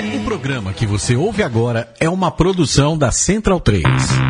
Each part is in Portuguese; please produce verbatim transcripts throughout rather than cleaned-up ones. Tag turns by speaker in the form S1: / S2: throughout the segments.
S1: O programa que você ouve agora é uma produção da Central três.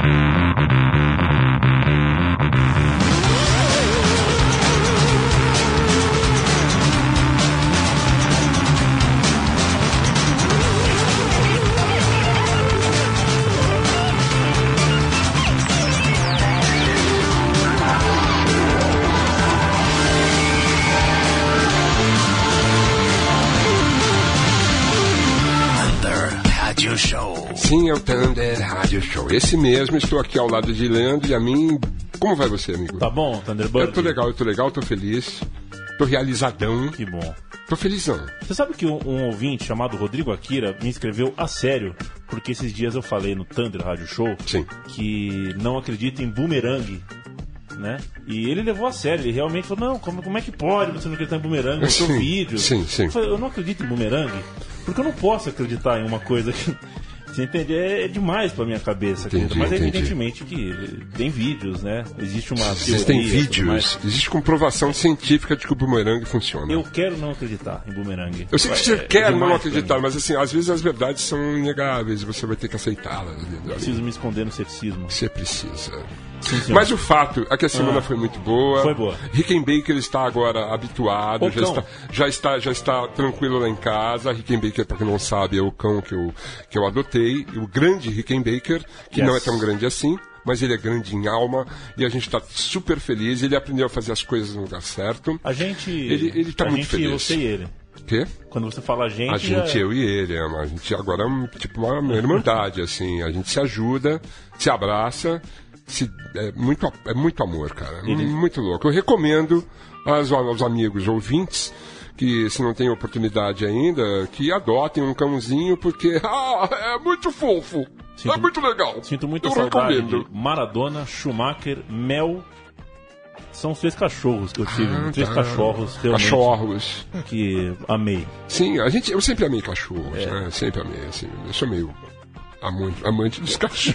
S2: Sim, é o Thunder Rádio Show. Esse mesmo, estou aqui ao lado de Leandro e a mim. Como vai você, amigo?
S3: Tá bom, Thunderbird?
S2: Eu tô legal, eu tô legal, tô feliz. Tô realizadão.
S3: Que bom.
S2: Tô felizão.
S3: Você sabe que um, um ouvinte chamado Rodrigo Akira me escreveu a sério, porque esses dias eu falei no Thunder Rádio Show
S2: Sim.
S3: que não acredita em boomerang, né? E ele levou a sério, ele realmente falou, não, como, como é que pode você não acreditar em boomerang? Mostrou
S2: Sim,
S3: vídeo.
S2: sim, sim.
S3: Eu falei, eu não acredito em boomerang, porque eu não posso acreditar em uma coisa que... Você entende? É, é demais pra minha cabeça,
S2: entendi,
S3: mas
S2: entendi.
S3: evidentemente que tem vídeos, né? Existe uma
S2: Existem
S3: teoria,
S2: vídeos, existe comprovação científica de que o boomerang funciona.
S3: Eu quero não acreditar em boomerang.
S2: Eu sei que você
S3: é,
S2: quer
S3: é
S2: não acreditar, mas assim, às vezes as verdades são inegáveis e você vai ter que aceitá-las.
S3: Preciso me esconder no ceticismo.
S2: Você precisa.
S3: Sim,
S2: mas o fato é que a semana ah, foi muito boa.
S3: Foi boa.
S2: Rickenbacker está agora habituado, já está, já, está, já está tranquilo lá em casa. Rickenbacker, para quem não sabe, é o cão que eu, que eu adotei. O grande Rickenbacker, que yes. não é tão grande assim, mas ele é grande em alma e a gente está super feliz. Ele aprendeu a fazer as coisas no lugar certo.
S3: A gente...
S2: Ele está muito
S3: gente,
S2: feliz.
S3: Eu sei ele.
S2: Quê?
S3: Quando você fala a gente...
S2: A gente,
S3: já...
S2: eu e ele. É uma, a gente agora é um, tipo uma irmandade, assim. A gente se ajuda, se abraça... Se, é, muito, é muito amor, cara. Ele... Muito louco. Eu recomendo aos, aos amigos ouvintes que, se não têm oportunidade ainda, que adotem um cãozinho, porque ah, é muito fofo. Sinto, é muito legal.
S3: Sinto muita
S2: eu
S3: saudade
S2: recomendo.
S3: de Maradona, Schumacher, Mel. São os três cachorros que eu tive. Ah, três tá. cachorros realmente.
S2: Cachorros.
S3: Que amei.
S2: Sim, a gente, eu sempre amei cachorros.
S3: É.
S2: Né? Sempre amei. Assim, eu sou meio amante, amante dos cachorros.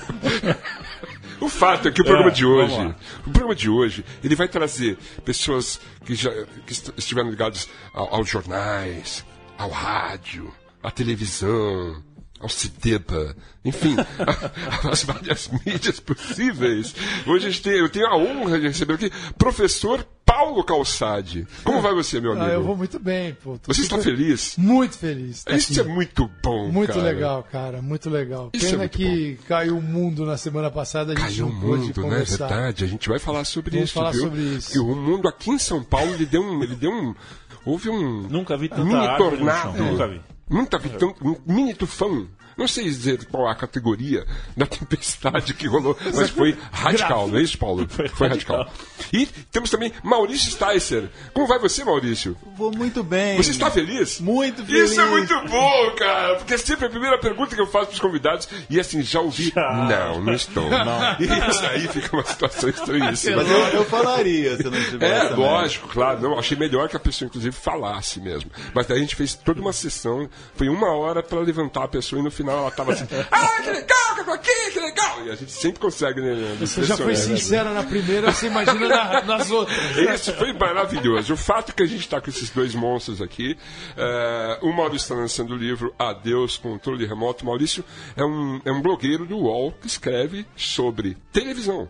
S2: O fato é que o programa é, de hoje, o programa de hoje, ele vai trazer pessoas que já que estiveram ligadas ao, aos jornais, ao rádio, à televisão, ao cinema, enfim, as várias mídias possíveis. Hoje a gente tem, eu tenho a honra de receber aqui professor Paulo Calçade. Como vai você, meu amigo?
S4: Ah, eu vou muito bem. Pô,
S2: você está feliz?
S4: Muito feliz. Tá
S2: Isso aqui. É muito bom,
S4: Muito
S2: cara.
S4: legal, cara. Muito legal.
S2: Isso
S4: Pena
S2: é
S4: que
S2: bom.
S4: Caiu o mundo na semana passada. A gente
S2: caiu
S4: não
S2: o
S4: pôde
S2: mundo,
S4: conversar.
S2: né? Verdade. A gente vai falar sobre
S4: Vamos
S2: isso,
S4: falar
S2: viu?
S4: sobre isso.
S2: Porque o mundo aqui em São Paulo, ele deu um... Ele deu um houve um...
S3: Nunca vi tanta
S2: mini
S3: árvore
S2: tornado.
S3: no chão. Nunca vi.
S2: Nunca vi tanto... Um mini tufão. Não sei dizer qual a categoria da tempestade que rolou, mas foi radical, não é isso, Paulo?
S3: Foi,
S2: foi
S3: radical.
S2: radical. E temos também Maurício Sticer. Como vai você, Maurício?
S4: Vou muito bem.
S2: Você está feliz?
S4: Muito feliz.
S2: Isso é muito bom, cara, porque é sempre a primeira pergunta que eu faço para os convidados, e assim, já ouvi?
S3: Já.
S2: Não, não estou. Não. E isso aí fica uma situação estranhíssima.
S5: Mas eu, eu falaria se eu não tivesse.
S2: É, lógico, claro. Não, achei melhor que a pessoa, inclusive, falasse mesmo. Mas daí a gente fez toda uma sessão, foi uma hora para levantar a pessoa e no final ela estava assim, ah, que legal, que eu tô aqui, que legal. E a gente sempre consegue, né?
S4: Você já foi sincera na primeira, você imagina na, nas outras.
S2: Isso foi maravilhoso. O fato é que a gente está com esses dois monstros aqui. É, o Maurício está lançando o livro Adeus, Controle Remoto. O Maurício é um, é um blogueiro do U O L que escreve sobre televisão.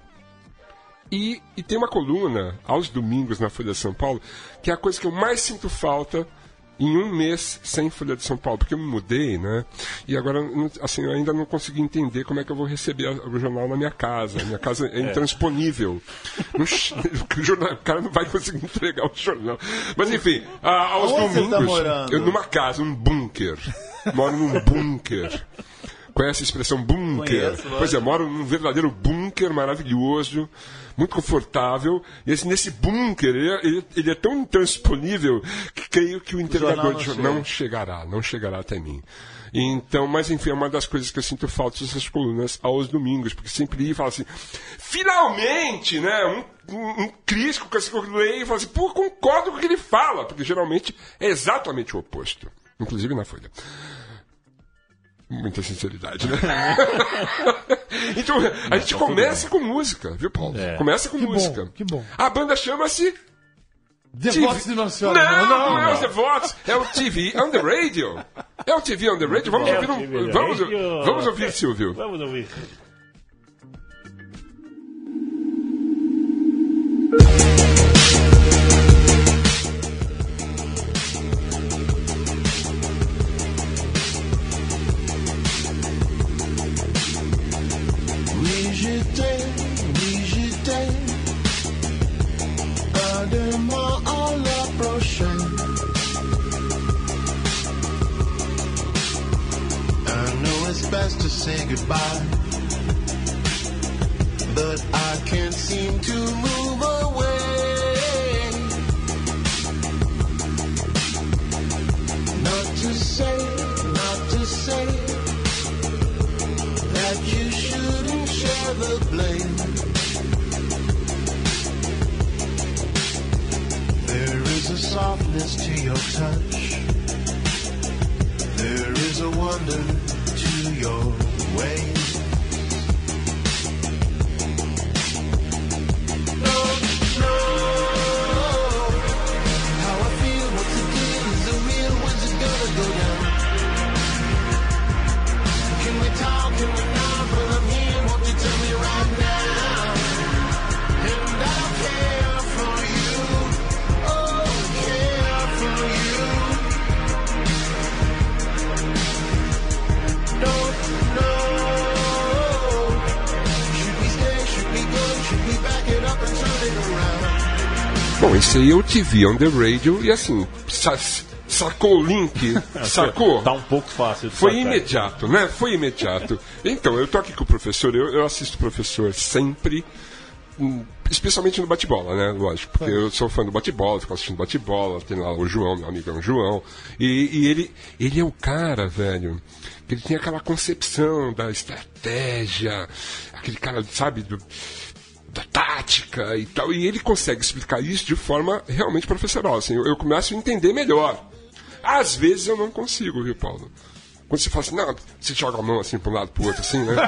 S2: E, e tem uma coluna, aos domingos, na Folha de São Paulo, que é a coisa que eu mais sinto falta em um mês sem Folha de São Paulo, porque eu me mudei, né? E agora, assim, eu ainda não consegui entender como é que eu vou receber o jornal na minha casa. Minha casa é intransponível. No, o, jornal, o cara não vai conseguir entregar o jornal. Mas, enfim, a, aos
S5: Onde
S2: domingos,
S5: você tá morando?
S2: eu numa casa, um bunker. Moro num bunker. Conhece a expressão bunker?
S5: Conheço,
S2: pois é, moro num verdadeiro bunker maravilhoso, muito confortável. E esse, nesse bunker, ele, ele, ele é tão intransponível que creio que o entregador de jornal não chegará, não chegará até mim. Então, mas enfim, é uma das coisas que eu sinto falta dessas colunas aos domingos, porque sempre ia e fala assim, finalmente, né, um, um, um crítico que eu leio e fala assim, pô, concordo com o que ele fala, porque geralmente é exatamente o oposto, inclusive na Folha. Muita sinceridade, né? Então, a gente começa com música, viu, Paulo?
S3: É.
S2: Começa com
S4: Que
S2: música.
S4: bom, que bom.
S2: A banda chama-se...
S4: The
S2: T V...
S4: Voz de Nossa Senhora.
S2: Não, não, não,
S4: não.
S2: é o The Vox, é o T V on the Radio. É o T V on the Radio? Vamos
S3: É
S2: ouvir
S3: o
S2: um...
S3: T V on the
S2: Vamos,
S3: Radio.
S2: vamos ouvir, Silvio.
S3: Vamos ouvir.
S6: Oui, j'étais, oui, j'étais un démon en l'approchant. I know it's best to say goodbye, but I can't seem to move away. Not to say, not to say that you shouldn't share the blame. There is a softness to your touch. There is a wonder to your ways. Don't know how I feel, what's the deal, is it real, when's it gonna go down? Can we talk, can we not, but I'm here, won't you tell me right now? And I don't care for you, oh, care for you. Don't know, should we stay, should we go, should we back it up and turn it around?
S2: Bom, esse aí eu te vi on the radio e assim, sa- sacou o link? Sacou?
S3: Tá um pouco fácil de
S2: Foi
S3: sacar.
S2: imediato, né? Foi imediato. Então, eu tô aqui com o professor, eu, eu assisto o professor sempre, hum, especialmente no bate-bola, né? Lógico, porque eu sou fã do bate-bola, fico assistindo bate-bola, tem lá o João, meu amigão João, e, e ele, ele é o cara, velho, que ele tem aquela concepção da estratégia, aquele cara, sabe, do, da tática e tal, e ele consegue explicar isso de forma realmente professoral, assim, eu, eu começo a entender melhor. Às vezes eu não consigo, viu, Paulo? Quando você fala assim, não, você joga a mão assim para um lado para o outro, assim, né?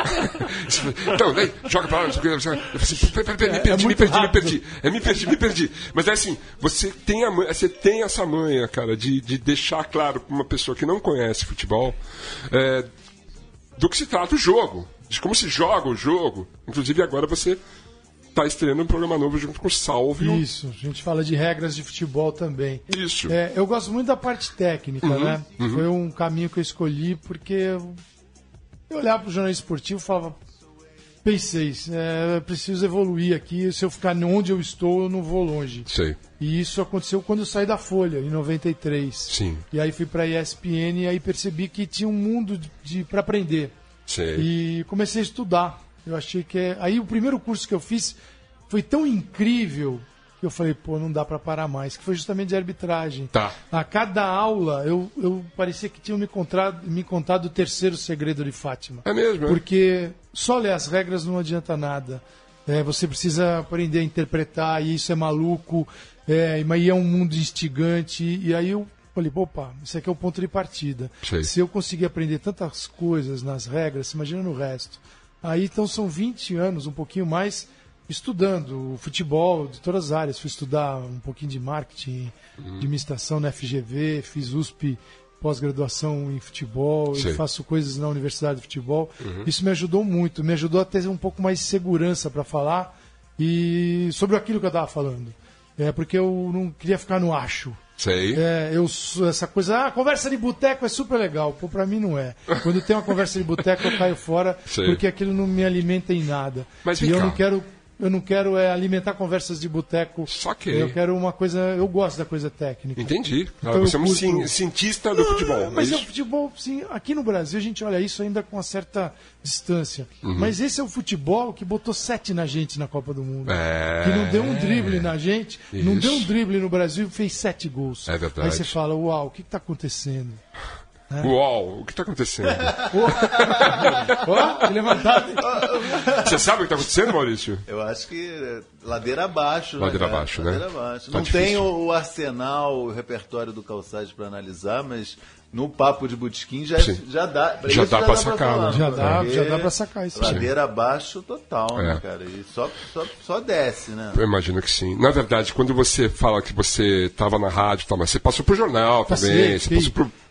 S2: Então, daí, joga para lá, não sei o que. Eu falo assim, peraí, peraí, me perdi, me perdi, me perdi. É, me perdi, me perdi. Mas é assim, você tem, a, você tem essa manha, cara, de, de deixar claro para uma pessoa que não conhece futebol é, do que se trata o jogo, de como se joga o jogo. Inclusive, agora você está estreando um programa novo junto com o Salvio.
S4: Isso, a gente fala de regras de futebol também.
S2: Isso.
S4: É, eu gosto muito da parte técnica,
S2: Uhum,
S4: né?
S2: uhum.
S4: Foi um caminho que eu escolhi porque eu, eu olhava para o jornalismo esportivo e falava, pensei, é, eu preciso evoluir aqui, se eu ficar onde eu estou, eu não vou longe.
S2: Sei.
S4: E isso aconteceu quando eu saí da Folha, em noventa e três.
S2: Sim.
S4: E aí fui para a E S P N e aí percebi que tinha um mundo de, de, para aprender.
S2: Sei.
S4: E comecei a estudar. Eu achei que... É... Aí o primeiro curso que eu fiz foi tão incrível que eu falei, pô, não dá pra parar mais. Que foi justamente de arbitragem.
S2: Tá.
S4: A cada aula, eu, eu parecia que tinham me contado, me contado o terceiro segredo de Fátima.
S2: É mesmo, é?
S4: Porque só ler as regras não adianta nada. É, você precisa aprender a interpretar, e isso é maluco, é, mas é um mundo instigante. E aí eu falei, opa, isso aqui é o ponto de partida.
S2: Sei.
S4: Se eu conseguir aprender tantas coisas nas regras, você imagina no resto. Aí então são vinte anos, um pouquinho mais, estudando o futebol de todas as áreas. Fui estudar um pouquinho de marketing, uhum. de administração na F G V, fiz U S P, pós-graduação em futebol, e faço coisas na Universidade de Futebol. Uhum. Isso me ajudou muito, me ajudou a ter um pouco mais de segurança para falar e sobre aquilo que eu estava falando. É porque eu não queria ficar no acho.
S2: Sei.
S4: É, eu, essa coisa, ah, conversa de boteco é super legal. Pô, pra mim não é. Quando tem uma conversa de boteco, eu caio fora, sei. Porque aquilo não me alimenta em nada.
S2: Mas
S4: e eu
S2: cá.
S4: não quero, eu não quero é, alimentar conversas de boteco.
S2: Só que
S4: eu quero uma coisa, eu gosto da coisa técnica.
S2: Entendi.
S4: Então,
S2: você é um
S4: curto...
S2: sim, cientista do futebol.
S4: Ah, mas
S2: é
S4: o futebol, sim, aqui no Brasil a gente olha isso ainda com uma certa distância. Uhum. Mas esse é o futebol que botou sete na gente na Copa do Mundo.
S2: É...
S4: Que não deu um drible na gente,
S2: isso.
S4: não deu um drible no Brasil e fez sete gols.
S2: É verdade.
S4: Aí você fala, uau, o que está acontecendo?
S2: É. Uau, o que está acontecendo?
S4: Ó, levantado.
S2: Você sabe o que está acontecendo, Maurício?
S5: Eu acho que ladeira abaixo.
S2: Ladeira
S5: né,
S2: abaixo, né?
S5: Ladeira abaixo.
S2: Tá
S5: Não
S2: difícil.
S5: tem o, o arsenal, o repertório do Calçade para analisar, mas no papo de botequim já, já dá.
S2: Já dá para
S5: já
S2: sacar,
S5: falar,
S2: né?
S4: Já dá,
S5: porque
S4: já dá para sacar isso.
S5: Ladeira abaixo total,
S2: É.
S5: né, cara? E só, só, só desce, né?
S2: Eu imagino que sim. Na verdade, quando você fala que você estava na rádio, tá, mas você passou pro jornal
S4: Passei,
S2: também, você
S4: fiquei.
S2: passou pro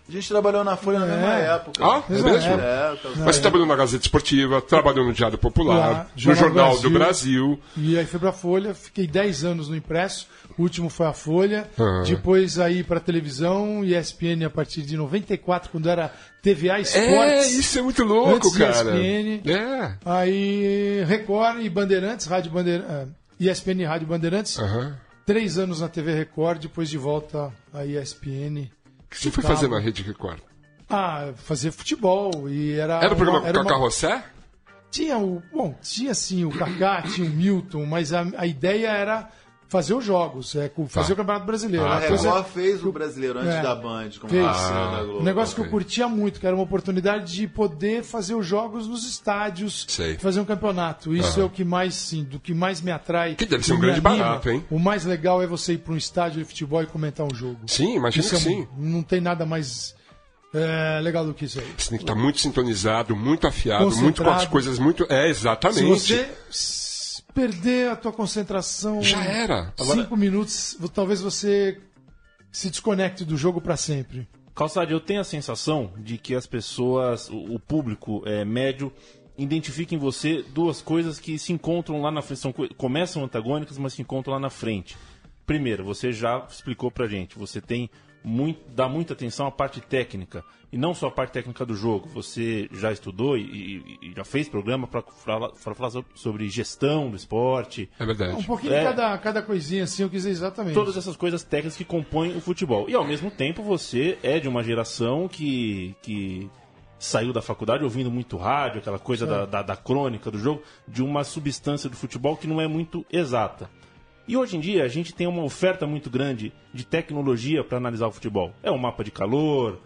S5: A gente trabalhou na Folha na
S4: É.
S5: mesma época.
S2: Ah, é mesmo?
S5: É, o Calçade.
S2: Mas você trabalhou na Gazeta Esportiva, trabalhou no Diário Popular,
S4: Lá,
S2: no
S4: Jornal
S2: Jornal do Brasil.
S4: E aí fui pra Folha, fiquei dez anos no impresso, o último foi a Folha,
S2: Aham.
S4: depois aí pra televisão, E S P N a partir de noventa e quatro, quando era T V A
S2: É,
S4: Esportes.
S2: isso é muito louco,
S4: Antes de
S2: cara.
S4: E S P N.
S2: É.
S4: Aí Record e Bandeirantes, Rádio Bandeirantes, E S P N e Rádio Bandeirantes.
S2: Aham.
S4: Três anos na T V Record, depois de volta à E S P N.
S2: O que você foi
S4: Cabo.
S2: fazer na Rede Record?
S4: Ah, fazer futebol. E era
S2: Era o programa
S4: uma- era
S2: Cacá
S4: uma-
S2: Rossé?
S4: Tinha o. Bom, tinha sim o Kaká, tinha o Milton, mas a, a ideia era fazer os jogos, é, co- fazer
S2: Tá.
S4: o Campeonato Brasileiro.
S2: Ah,
S5: A
S4: A coisa-
S5: Record fez o brasileiro antes
S4: É.
S5: da Band, como
S4: Fez.
S5: parceiro da Globo.
S4: Um negócio que
S2: ok.
S4: eu curtia muito, que era uma oportunidade de poder fazer os jogos nos estádios,
S2: Sei.
S4: fazer um campeonato. Isso é o que mais, sim, do que mais me atrai.
S2: Que deve ser
S4: e
S2: um
S4: me
S2: grande
S4: anima.
S2: barato, hein?
S4: O mais legal é você ir para um estádio de futebol e comentar um jogo.
S2: Sim, imagino
S4: Isso
S2: que
S4: é um-
S2: sim.
S4: Não tem nada mais é, legal do que isso aí.
S2: Você tem que estar muito sintonizado, muito afiado,
S4: Concentrado.
S2: muito com as coisas muito. É,
S4: Se
S2: exatamente.
S4: você s- perder a tua concentração,
S2: Já era. Agora-
S4: cinco minutos, vo- talvez você se desconecte do jogo para sempre.
S3: Calçade, eu tenho a sensação de que as pessoas, o, o público é, médio, identifica em você duas coisas que se encontram lá na frente. São, co- começam antagônicas, mas se encontram lá na frente. Primeiro, você já explicou pra gente, você tem muito, dá muita atenção à parte técnica. E não só a parte técnica do jogo. Você já estudou e, e- e já fez programa para falar, pra falar so- sobre gestão do esporte.
S2: É verdade.
S4: Um pouquinho
S3: É.
S4: de cada, cada coisinha assim, eu quis dizer exatamente.
S3: Todas essas coisas técnicas que compõem o futebol. E ao mesmo tempo você é de uma geração que, que saiu da faculdade ouvindo muito rádio, aquela coisa da, da, da crônica do jogo, de uma substância do futebol que não é muito exata. E hoje em dia a gente tem uma oferta muito grande de tecnologia para analisar o futebol. É o mapa de calor,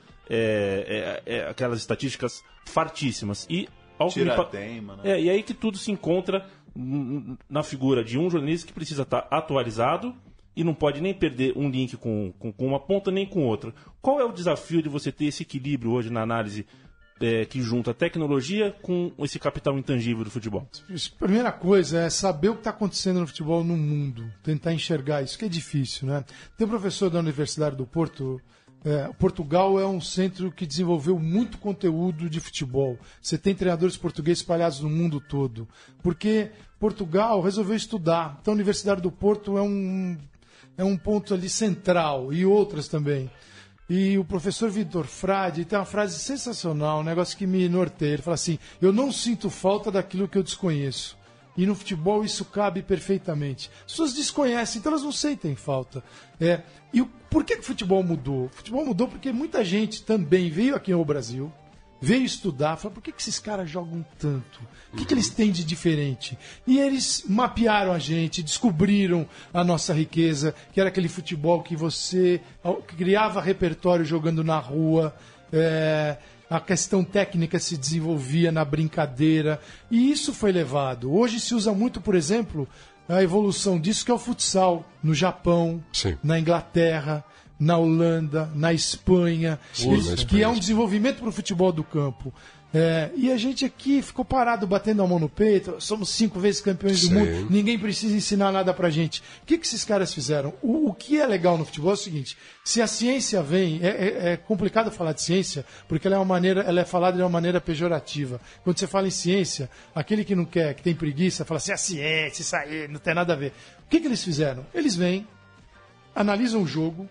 S3: é, é- é aquelas estatísticas fartíssimas. E ao que me pa-
S5: Tirateima, né?
S3: é, e aí que tudo se encontra n- na figura de um jornalista que precisa estar atualizado e não pode nem perder um link com, com, com uma ponta nem com outra. Qual é o desafio de você ter esse equilíbrio hoje na análise é, que junta a tecnologia com esse capital intangível do futebol?
S4: A primeira coisa é saber o que está acontecendo no futebol no mundo, tentar enxergar isso, que é difícil, né? Tem um professor da Universidade do Porto, é, Portugal é um centro que desenvolveu muito conteúdo de futebol. Você tem treinadores portugueses espalhados no mundo todo, porque Portugal resolveu estudar. Então a Universidade do Porto é um, é um ponto ali central, e outras também. E o professor Vitor Frade tem uma frase sensacional, um negócio que me norteia. Ele fala assim: eu não sinto falta daquilo que eu desconheço. E no futebol isso cabe perfeitamente. As pessoas desconhecem, então elas não sentem falta. É, e o, por que, que o futebol mudou? O futebol mudou porque muita gente também veio aqui ao Brasil, veio estudar, falou: por que, que esses caras jogam tanto? O que, que eles têm de diferente? E eles mapearam a gente, descobriram a nossa riqueza, que era aquele futebol que você criava repertório jogando na rua, é, a questão técnica se desenvolvia na brincadeira, e isso foi levado. Hoje se usa muito, por exemplo, a evolução disso, que é o futsal, no Japão,
S2: Sim.
S4: na Inglaterra, na Holanda, na Espanha,
S2: Sim,
S4: que-
S2: na
S4: que
S2: Espanha.
S4: é um desenvolvimento para o futebol do campo. É, e a gente aqui ficou parado batendo a mão no peito, somos cinco vezes campeões do
S2: Sim.
S4: mundo, ninguém precisa ensinar nada pra gente. O que, que esses caras fizeram? O, o que é legal no futebol é o seguinte: se a ciência vem, é, é- é complicado falar de ciência, porque ela é uma maneira, ela é falada de uma maneira pejorativa. Quando você fala em ciência, aquele que não quer, que tem preguiça, fala assim: a ciência, isso aí, não tem nada a ver. O que, que eles fizeram? Eles vêm, analisam o jogo,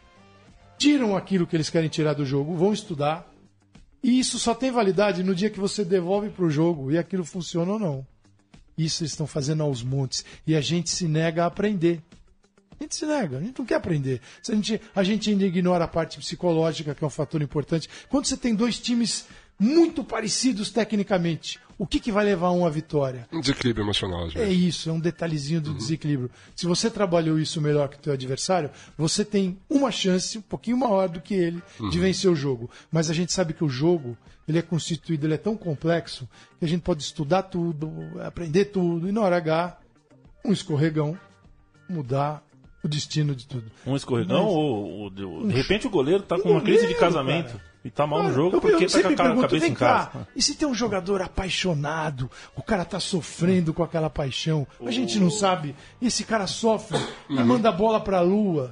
S4: tiram aquilo que eles querem tirar do jogo, vão estudar. E isso só tem validade no dia que você devolve para o jogo e aquilo funciona ou não. Isso eles estão fazendo aos montes. E a gente se nega a aprender. A gente se nega, a gente não quer aprender. Se A gente, a gente ainda ignora a parte psicológica, que é um fator importante. Quando você tem dois times muito parecidos tecnicamente, o que, que vai levar um à vitória?
S2: Um desequilíbrio emocional, às
S4: É
S2: vezes.
S4: isso, é um detalhezinho do desequilíbrio. Se você trabalhou isso melhor que o teu adversário, você tem uma chance, um pouquinho maior do que ele, de vencer o jogo. Mas a gente sabe que o jogo, ele é constituído, ele é tão complexo, que a gente pode estudar tudo, aprender tudo, e na hora H, um escorregão, mudar o destino de tudo.
S3: Um escorregão
S4: Mas-
S3: ou, ou de, de repente o goleiro tá com
S4: Um
S3: uma crise de
S4: goleiro,
S3: casamento
S4: cara.
S3: e tá mal no
S4: Cara,
S3: jogo
S4: eu-
S3: porque
S4: eu
S3: tá com
S4: sempre
S3: a ca-
S4: pergunto,
S3: cabeça
S4: vem
S3: em
S4: cá,
S3: casa.
S4: e se tem um jogador apaixonado, o cara tá sofrendo com aquela paixão, a gente não sabe, e esse cara sofre e manda a bola pra lua,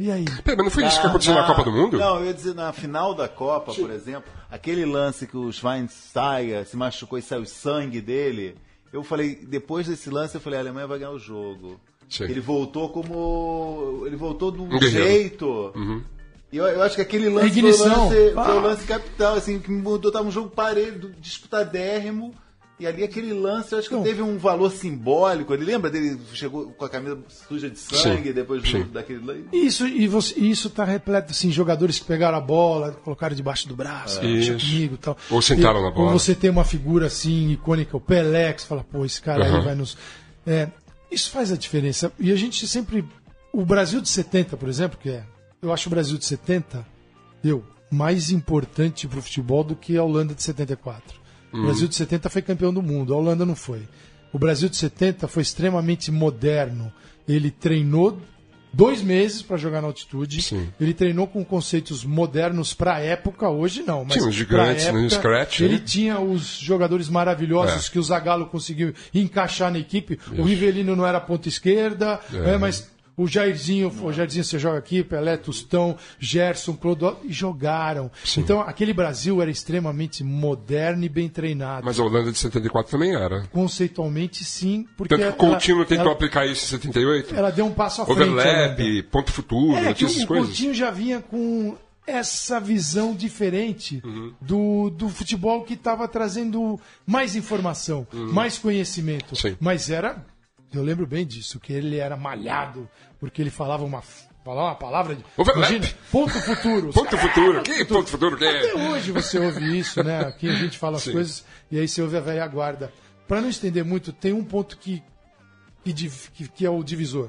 S4: E aí?
S2: Pera, mas não foi isso que aconteceu na Copa do Mundo?
S5: Não, eu ia dizer, na final da Copa, por exemplo, aquele lance que o Schweinsteiger se machucou e saiu sangue dele, eu falei, depois desse lance, eu falei, a Alemanha vai ganhar o jogo.
S2: Sim.
S5: Ele voltou como... Ele voltou de um
S2: Um guerreiro.
S5: jeito...
S2: Uhum.
S5: E eu, eu acho que aquele lance foi o
S4: Ignição.
S5: lance,
S4: Ah.
S5: foi o lance capital, assim, que mudou, tava um jogo parelho, disputadérrimo, e ali aquele lance, eu acho que
S4: Não.
S5: teve um valor simbólico. Ele lembra dele, chegou com a camisa suja de sangue,
S2: Sim.
S5: depois do,
S2: Sim.
S5: daquele lance.
S4: Isso, e você, isso tá repleto, assim, jogadores que pegaram a bola, colocaram debaixo do braço, deixa
S2: Isso.
S4: comigo e tal.
S2: Ou sentaram
S4: E
S2: na bola.
S4: Ou você tem uma figura, assim, icônica, o Pelé, que você fala, pô, esse cara
S2: Uhum.
S4: aí vai nos... É, isso faz a diferença. E a gente sempre... O Brasil de setenta, por exemplo, que é... Eu acho o Brasil de setenta, eu, mais importante pro futebol do que a Holanda de setenta e quatro. O Brasil de setenta foi campeão do mundo, a Holanda não foi. O Brasil de setenta foi extremamente moderno. Ele treinou dois meses para jogar na altitude.
S2: Sim.
S4: Ele treinou com conceitos modernos para a época, hoje não. Mas
S2: Tinha os gigantes
S4: pra
S2: no
S4: época,
S2: scratch,
S4: Ele
S2: né?
S4: tinha os jogadores maravilhosos
S2: É.
S4: que o Zagallo conseguiu encaixar na equipe. O Rivelino não era ponta esquerda,
S2: É.
S4: é, mas o Jairzinho, o Jairzinho você joga aqui, Pelé, Tostão, Gerson, Clodoaldo, e jogaram.
S2: Sim.
S4: Então aquele Brasil era extremamente moderno e bem treinado.
S2: Mas a Holanda de setenta e quatro também era.
S4: Conceitualmente, sim, porque
S2: Tanto que o Coutinho
S4: ela,
S2: tentou
S4: ela,
S2: aplicar isso em setenta e oito.
S4: ela deu um passo à frente. a Holanda.
S2: Overlap, ponto futuro,
S4: É
S2: não
S4: que
S2: tinha
S4: o,
S2: essas
S4: o
S2: coisas?
S4: Coutinho já vinha com essa visão diferente
S2: Uhum.
S4: do, do futebol que estava trazendo mais informação, mais conhecimento.
S2: Uhum. Sim.
S4: Mas era, eu lembro bem disso, que ele era malhado, porque ele falava uma, falava uma palavra de.
S2: Overlap.
S4: Imagina, ponto futuro. Os
S2: Ponto
S4: caras,
S2: futuro. Que ponto futuro que
S4: até
S2: é?
S4: hoje você ouve isso, né? Aqui a gente fala as
S2: Sim.
S4: coisas e aí você ouve a velha guarda. Para não estender muito, tem um ponto que, que, div- que, que é o divisor.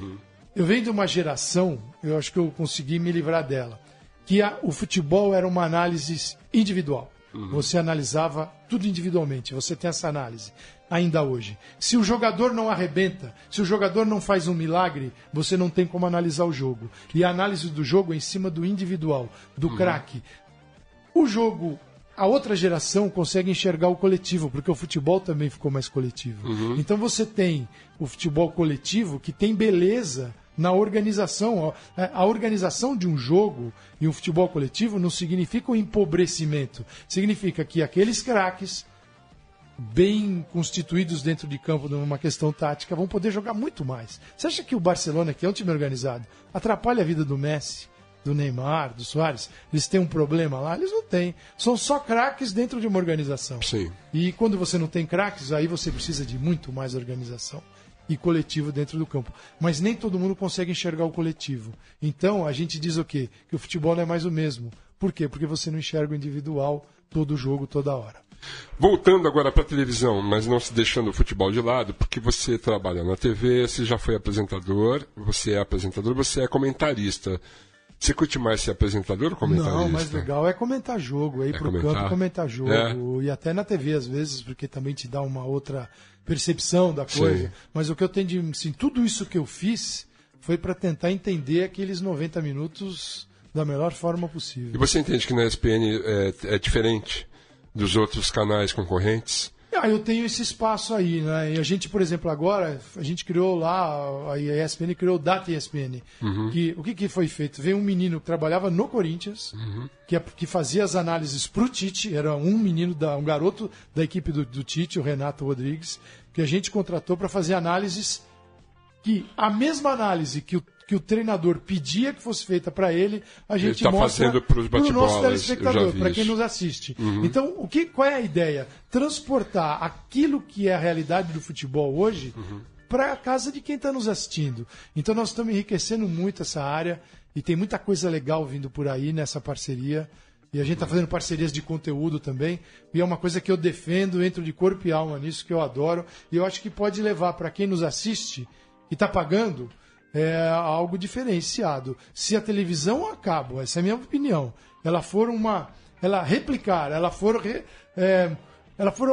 S4: Eu venho de uma geração, eu acho que eu consegui me livrar dela, que a- o futebol era uma análise individual. Você analisava tudo individualmente, você tem essa análise ainda hoje. Se o jogador não arrebenta, se o jogador não faz um milagre, você não tem como analisar o jogo. E a análise do jogo é em cima do individual, do craque. O jogo, a outra geração consegue enxergar o coletivo, porque o futebol também ficou mais coletivo. Então você tem o futebol coletivo que tem beleza na organização. Ó. A organização de um jogo e um futebol coletivo não significa um empobrecimento. Significa que aqueles craques bem constituídos dentro de campo numa questão tática vão poder jogar muito mais. Você acha que o Barcelona, que é um time organizado, atrapalha a vida do Messi, do Neymar, do Suárez? Eles têm um problema lá? Eles não têm. São só craques dentro de uma organização.
S2: Sim.
S4: E quando você não tem craques, aí você precisa de muito mais organização e coletivo dentro do campo. Mas nem todo mundo consegue enxergar o coletivo. Então, a gente diz o quê? Que o futebol não é mais o mesmo. Por quê? Porque você não enxerga o individual todo jogo, toda hora.
S2: Voltando agora para a televisão, mas não se deixando o futebol de lado, porque você trabalha na T V, você já foi apresentador, você é apresentador, você é comentarista. Você curte mais ser apresentador ou comentarista?
S4: Não, mais legal é comentar jogo, é ir
S2: É
S4: pro
S2: comentar?
S4: campo comentar jogo.
S2: É.
S4: E até na T V às vezes, porque também te dá uma outra percepção da coisa.
S2: Sim.
S4: Mas o que eu tenho de. Assim, tudo isso que eu fiz foi para tentar entender aqueles noventa minutos da melhor forma
S2: E
S4: possível.
S2: você entende que na E S P N é, é diferente dos outros canais concorrentes?
S4: Ah, eu tenho esse espaço aí, né? E a gente, por exemplo, agora, a gente criou lá, a E S P N criou o Data E S P N. Que, o que, que foi feito? Veio um menino que trabalhava no Corinthians, que, que fazia as análises pro Tite, era um menino, da, um garoto da equipe do, do Tite, o Renato Rodrigues, que a gente contratou para fazer análises que a mesma análise que o, que o treinador pedia que fosse feita para ele, a gente
S2: tá
S4: mostra
S2: fazendo pros
S4: pro nosso
S2: bate-bolas, eu já
S4: telespectador,
S2: vi
S4: para quem
S2: isso.
S4: nos assiste. Então, o que, qual é a ideia? Transportar aquilo que é a realidade do futebol hoje para a casa de quem está nos assistindo. Então, nós estamos enriquecendo muito essa área e tem muita coisa legal vindo por aí nessa parceria. E a gente está fazendo parcerias de conteúdo também. E é uma coisa que eu defendo, entro de corpo e alma nisso, que eu adoro. E eu acho que pode levar para quem nos assiste e está pagando é, algo diferenciado. Se a televisão a cabo, essa é a minha opinião, ela for uma. Ela replicar, ela for. Re, é, ela for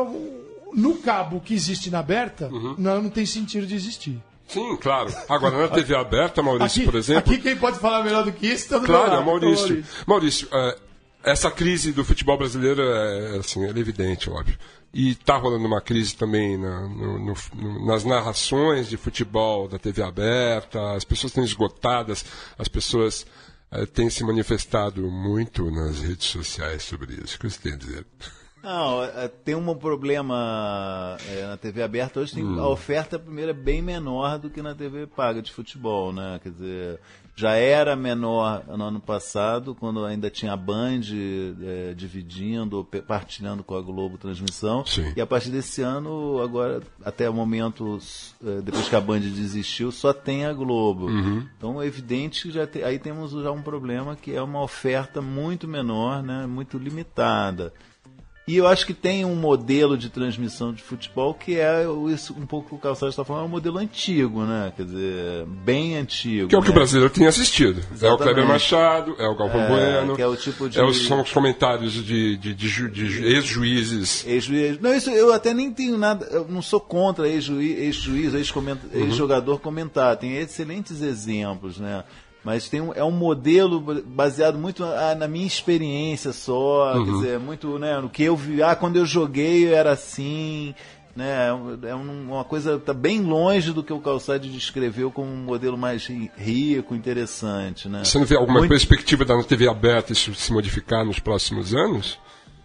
S4: no cabo que existe na aberta, não, não tem sentido de existir.
S2: Sim, claro. Agora, na T V aberta, Maurício,
S4: Aqui,
S2: por exemplo...
S4: aqui quem pode falar melhor do que isso está do
S2: Claro,
S4: meu
S2: é
S4: lado,
S2: o Maurício. Maurício, é, essa crise do futebol brasileiro é, assim, é evidente, óbvio. E está rolando uma crise também na, no, no, no, nas narrações de futebol da T V aberta, as pessoas estão esgotadas, as pessoas é, têm se manifestado muito nas redes sociais sobre isso. O que você tem a dizer?
S5: Não, tem um problema é, na T V aberta hoje, tem, hum. a oferta primeiro é bem menor do que na T V paga de futebol, né? Quer dizer, já era menor no ano passado, quando ainda tinha a Band é, dividindo, partilhando com a Globo transmissão.
S2: Sim.
S5: E a partir desse ano, agora, até o momento, é, depois que a Band desistiu, só tem a Globo.
S2: Uhum.
S5: Então é evidente que já te, aí temos já um problema que é uma oferta muito menor, né? Muito limitada. E eu acho que tem um modelo de transmissão de futebol que é isso, um pouco que o Calçado está falando, é um modelo antigo, né? Quer dizer, bem antigo.
S2: Que é o
S5: né?
S2: que o brasileiro tem assistido.
S5: Exatamente.
S2: É o Kleber Machado, é o Galvão
S5: É,
S2: Bueno,
S5: que é o tipo de-
S2: é os, são os comentários de, de, de, ju- de ex-juízes.
S5: Ex-juiz. Não, isso eu até nem tenho nada. Eu não sou contra ex-juiz, ex-juiz, ex-comenta- ex-jogador comentar. Tem excelentes exemplos, né? Mas tem um, é um modelo baseado muito ah, na minha experiência só, quer dizer, muito, né, no que eu vi. Ah, quando eu joguei eu era assim, né? É um- uma coisa tá bem longe do que o Calçade descreveu como um modelo mais ri- rico, interessante, né?
S2: Você não vê alguma
S5: Muito-
S2: perspectiva da T V aberta isso se modificar nos próximos anos?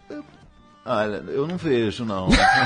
S5: Olha, eu não vejo, não.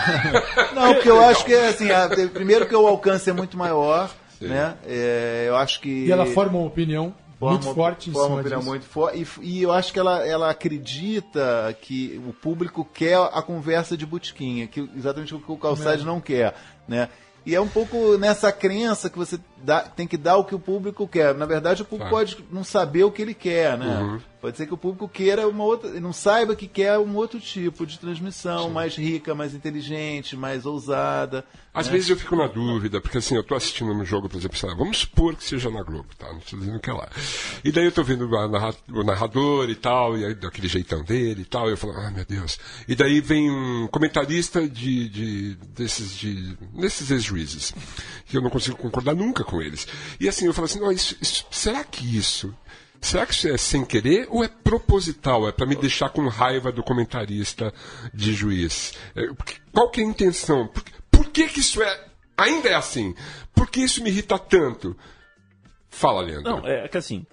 S5: Não, porque eu acho que, assim, a- primeiro que o alcance é muito maior, né? É, eu acho que...
S4: E ela forma uma opinião
S5: forma,
S4: muito forte em
S5: forma
S4: cima
S5: uma opinião
S4: disso.
S5: muito forte. E, e eu acho que ela, ela acredita que o público quer a conversa de botiquinha, que exatamente o que o Calçade não quer, né? E é um pouco nessa crença que você dá, tem que dar o que o público quer. Na verdade, o público
S2: Claro.
S5: pode não saber o que ele quer, né?
S2: Uhum.
S5: Pode ser que o público queira uma outra, não saiba que quer um outro tipo de transmissão, mais rica, mais inteligente, mais ousada.
S2: Às
S5: né?
S2: vezes eu fico na dúvida, porque assim, eu tô assistindo um jogo, por exemplo, sei lá, vamos supor que seja na Globo, tá? Não estou dizendo que é lá. E daí eu tô vendo o narra- o narrador e tal, e aí daquele jeitão dele e tal, e eu falo, ah, meu Deus. E daí vem um comentarista de, de desses, de, desses ex-juízes, que eu não consigo concordar nunca com eles. E assim, eu falo assim, não, isso, isso, será que isso... Será que isso é sem querer ou é proposital? É para me deixar com raiva do comentarista de juiz? É, porque- qual que é a intenção? Por, por que que isso é, ainda é assim? Por que isso me irrita tanto? Fala, Leandro.
S3: Não, é que assim.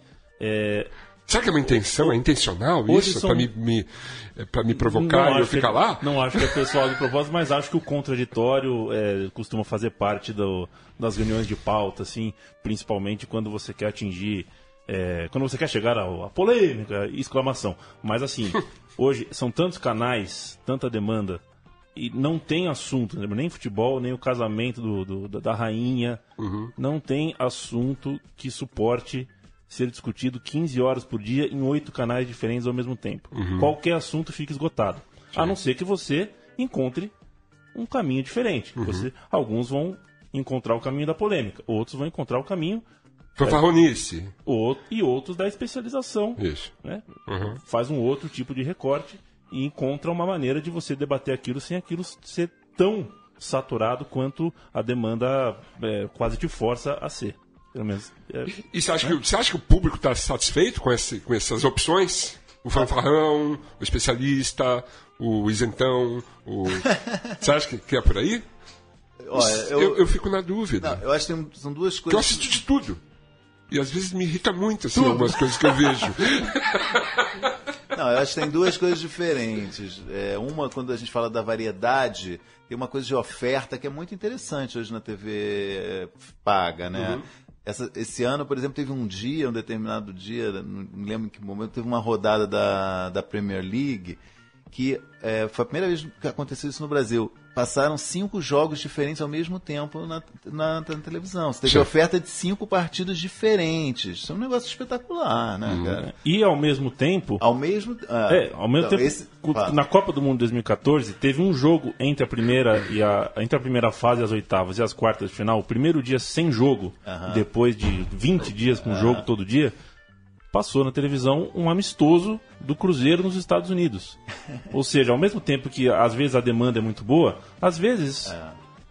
S3: é,
S2: Será que é uma intenção? É intencional
S3: Hoje
S2: isso?
S3: são-
S2: Para me, me, é pra me provocar e eu
S3: acho que
S2: ficar
S3: é-
S2: lá?
S3: Não acho que é pessoal de propósito, mas acho que o contraditório é, costuma fazer parte do- das reuniões de pauta, assim, principalmente quando você quer atingir. é, quando você quer chegar ao- à polêmica, exclamação. Mas assim, hoje são tantos canais, tanta demanda, e não tem assunto, né? Nem futebol, nem o casamento do, do- da- da rainha, não tem assunto que suporte ser discutido quinze horas por dia em oito canais diferentes ao mesmo tempo. Qualquer assunto fica esgotado. A não ser que você encontre um caminho diferente. Você, alguns vão encontrar o caminho da polêmica, outros vão encontrar o caminho
S2: Fanfarronice.
S3: o- e outros da especialização.
S2: Isso.
S3: Né?
S2: Uhum.
S3: Faz um outro tipo de recorte e encontra uma maneira de você debater aquilo sem aquilo ser tão saturado quanto a demanda é, quase te força a ser. Pelo menos. é,
S2: E você acha, que, você acha que o público está satisfeito com, esse, com essas opções? O fanfarrão, o especialista, o isentão, o... Você acha que, que é por aí?
S5: Olha,
S2: eu,
S5: eu,
S2: eu fico na dúvida.
S5: não, eu acho que tem- são duas
S2: Porque eu
S5: coisas.
S2: assisto de tudo. E às vezes me irrita muito, assim, algumas coisas que eu vejo.
S5: Não, eu acho que tem duas coisas diferentes. É, uma, quando a gente fala da variedade, tem uma coisa de oferta que é muito interessante hoje na T V é, paga, né?
S2: Uhum.
S5: Essa- esse ano, por exemplo, teve um dia, um determinado dia, não me lembro em que momento, teve uma rodada da, da Premier League que é, foi a primeira vez que aconteceu isso no Brasil. Passaram cinco jogos diferentes ao mesmo tempo na, na, na televisão. Você teve
S2: Sim.
S5: oferta de cinco partidos diferentes. Isso é um negócio espetacular, né, cara?
S3: E ao mesmo tempo.
S5: Ao mesmo, ah,
S3: É, ao mesmo
S5: então,
S3: tempo,
S5: esse-
S3: cu-
S5: fala.
S3: na Copa do Mundo de dois mil e quatorze, teve um jogo entre a primeira e a entre a primeira fase, as oitavas e as quartas de final. O primeiro dia sem jogo, depois de vinte dias com jogo todo dia, passou na televisão um amistoso do Cruzeiro nos Estados Unidos. Ou seja, ao mesmo tempo que às vezes a demanda é muito boa, às vezes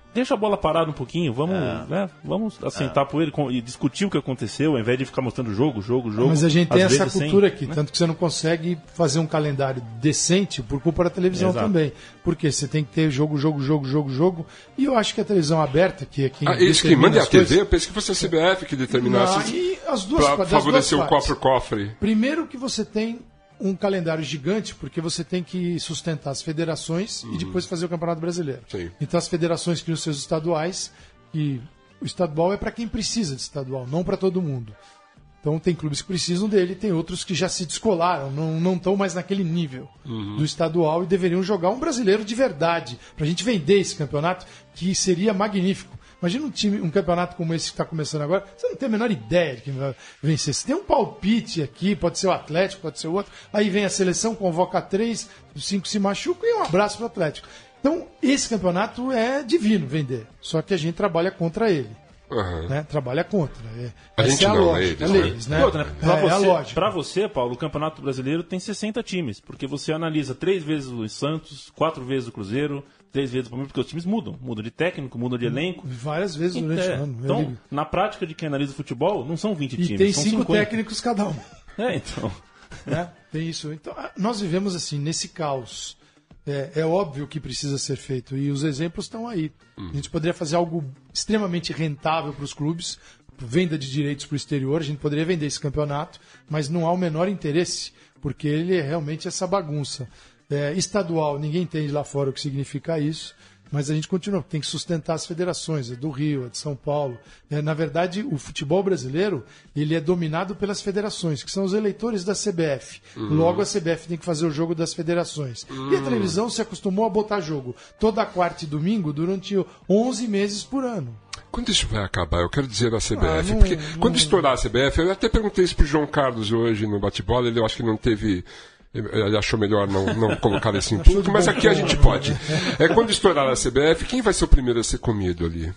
S3: deixa a bola parada um pouquinho, vamos,
S5: É.
S3: né, vamos assentar por ele com- e discutir o que aconteceu, ao invés de ficar mostrando jogo, jogo, jogo.
S4: Mas a gente tem
S3: às
S4: essa
S3: vezes
S4: cultura
S3: sem,
S4: aqui,
S3: né?
S4: tanto que você não consegue fazer um calendário decente por culpa da televisão
S3: Exato.
S4: também. Porque você tem que ter jogo, jogo, jogo, jogo, jogo. E eu acho que a televisão aberta, que é quem
S2: Ah, eles que
S4: determina
S2: mandam a
S4: as
S2: T V?
S4: coisas-
S2: Eu pensei que fosse a C B F que determinasse
S4: Não, e as duas,
S2: para
S4: das
S2: favorecer
S4: duas
S2: o
S4: partes.
S2: cofre-cofre.
S4: Primeiro que você tem um calendário gigante, porque você tem que sustentar as federações e depois fazer o Campeonato Brasileiro.
S2: Sim.
S4: Então as federações criam seus estaduais e o estadual é para quem precisa de estadual, não para todo mundo. Então tem clubes que precisam dele, tem outros que já se descolaram, não não estão mais naquele nível do estadual e deveriam jogar um brasileiro de verdade, para a gente vender esse campeonato, que seria magnífico. Imagina um time, um campeonato como esse que está começando agora, você não tem a menor ideia de quem vai vencer. Você tem um palpite aqui, pode ser o Atlético, pode ser o outro, aí vem a seleção, convoca três, os cinco se machucam e um abraço para o Atlético. Então, esse campeonato é divino vender, só que a gente trabalha contra ele.
S2: Aham.
S4: Né? Trabalha contra. É,
S2: A
S4: essa
S2: gente
S4: é a
S2: não,
S4: lógica.
S2: eles,
S4: é
S2: né?
S4: eles, né?
S3: E outra, né? Pra,
S4: É, é a
S3: você,
S4: lógica.
S3: pra você, Paulo, o Campeonato Brasileiro tem sessenta times, porque você analisa três vezes o Santos, quatro vezes o Cruzeiro, três vezes o Palmeiras, porque os times mudam. Mudam de técnico, mudam de elenco.
S4: Várias vezes durante
S3: É,
S4: o ano. Eu
S3: então,
S4: ligo.
S3: na prática de quem analisa o futebol, não são vinte
S4: E
S3: times,
S4: tem
S3: são
S4: cinco
S3: cinquenta.
S4: técnicos cada um.
S3: É, então.
S4: Né? Tem isso. Então, ah, nós vivemos assim, nesse caos. É, é óbvio que precisa ser feito e os exemplos estão aí. A gente poderia fazer algo extremamente rentável para os clubes, venda de direitos para o exterior, a gente poderia vender esse campeonato, mas não há o menor interesse, porque ele é realmente essa bagunça. É, estadual, ninguém entende lá fora o que significa isso, mas a gente continua, tem que sustentar as federações, a do Rio, a de São Paulo. É, na verdade, o futebol brasileiro ele é dominado pelas federações, que são os eleitores da C B F. Logo, a C B F tem que fazer o jogo das federações. E a televisão se acostumou a botar jogo toda quarta e domingo durante onze meses por ano.
S2: Quando isso vai acabar? Eu quero dizer a C B F.
S4: Ah, não-
S2: porque
S4: não-
S2: quando estourar a C B F, eu até perguntei isso pro João Carlos hoje no bate-bola, ele eu acho que não teve. Ele achou melhor não, não colocar isso em público, mas aqui a gente pode. É quando estourar a C B F, quem vai ser o primeiro a ser comido ali?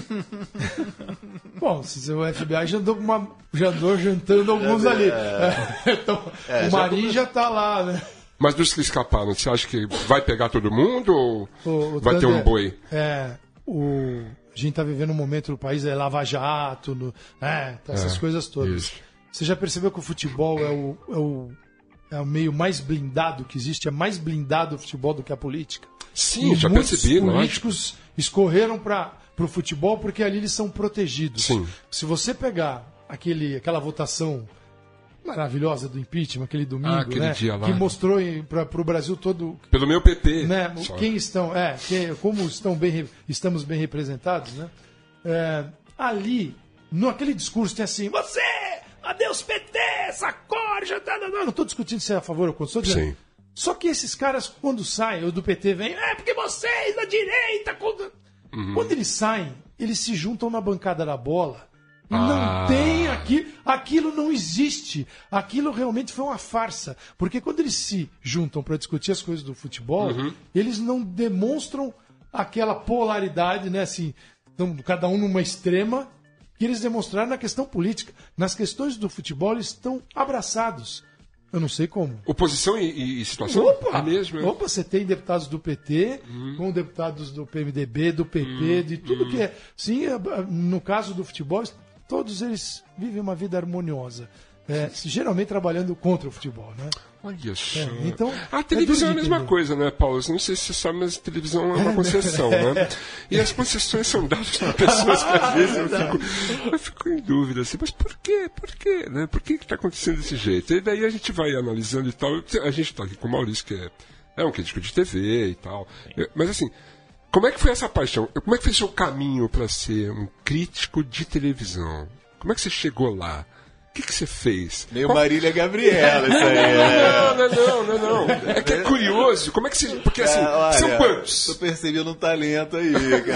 S4: Bom, se o F B I já andou, com uma, já andou jantando alguns ali. Então,
S5: É,
S4: o
S5: já
S4: Marinho já está lá, né?
S2: Mas dos que escaparam, você acha que vai pegar todo mundo ou
S4: O- o
S2: vai ter um
S4: Thunder,
S2: boi?
S4: É, o, a gente está vivendo um momento no país, é Lava Jato, no, é, tá essas
S2: É,
S4: coisas todas.
S2: isso.
S4: Você já percebeu que o futebol é o, é, o, é o meio mais blindado que existe? É mais blindado o futebol do que a política?
S2: Sim,
S4: E
S2: já
S4: muitos
S2: percebi, lógico.
S4: políticos escorreram para o futebol porque ali eles são protegidos.
S2: Sim.
S4: Se você pegar aquele, aquela votação maravilhosa do impeachment, aquele domingo,
S2: Ah, aquele
S4: né,
S2: dia lá.
S4: que mostrou para o Brasil todo
S2: Pelo meu P P.
S4: né,
S2: só.
S4: quem estão, é, quem- como estão bem, re- estamos bem representados, né? É, ali, naquele discurso tem assim, você, adeus P T, sacode, tá, não, não estou discutindo se é a favor ou contra, estou dizendo.
S2: Sim.
S4: Só que esses caras, quando saem, ou do P T vem, é porque vocês da direita, quando,
S2: Uhum.
S4: quando eles saem, eles se juntam na bancada da bola. E
S2: Ah.
S4: não tem aqui, aquilo não existe. Aquilo realmente foi uma farsa. Porque quando eles se juntam para discutir as coisas do futebol,
S2: Uhum.
S4: eles não demonstram aquela polaridade, né? Assim, então, cada um numa extrema, que eles demonstraram na questão política. Nas questões do futebol, eles estão abraçados. Eu não sei como.
S2: Oposição e, e- e situação?
S4: Opa!
S2: É mesmo, é?
S4: Opa, você tem deputados do P T, com deputados do P M D B, do P P, de tudo que é. Sim, é, no caso do futebol, todos eles vivem uma vida harmoniosa. É, geralmente trabalhando contra o futebol, né?
S2: Olha só.
S4: É, então,
S2: a televisão é,
S4: é duro
S2: a
S4: de
S2: mesma
S4: entender.
S2: coisa, né, Paulo? Não sei se você sabe, mas a televisão é uma concessão, né? E as concessões são dadas para pessoas que às vezes eu fico, eu fico em dúvida, assim, mas por quê? Por quê? Né? Por que está acontecendo desse jeito? E daí a gente vai analisando e tal. A gente está aqui com o Maurício, que é, é um crítico de T V e tal. Mas assim, como é que foi essa paixão? Como é que foi o seu caminho para ser um crítico de televisão? Como é que você chegou lá? O que, que você fez?
S5: Meio
S2: Qual-
S5: Marília Gabriela, isso aí. né?
S2: Não, não, não, não, não. É que é curioso. Como é que você. Porque assim,
S5: Ah, olha,
S2: são quantos?
S5: Tô percebendo um talento aí,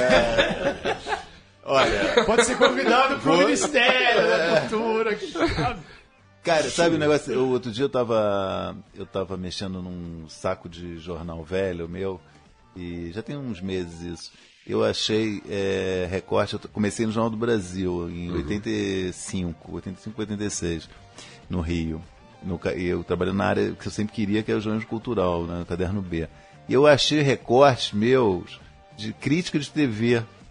S5: cara. Olha,
S4: Pode ser convidado para o
S5: Vou-
S4: Ministério da Cultura. que sabe?
S5: cara, sabe o negócio? Eu, outro dia eu tava, eu tava mexendo num saco de jornal velho meu, e já tem uns meses isso. Eu achei é, recorte, eu comecei no Jornal do Brasil, em oitenta e cinco, oitenta e cinco, oitenta e seis, no Rio. No, ca- e eu trabalhando na área que eu sempre queria, que é o jornalismo cultural, né, no Caderno B. E eu achei recortes meus de crítica de T V.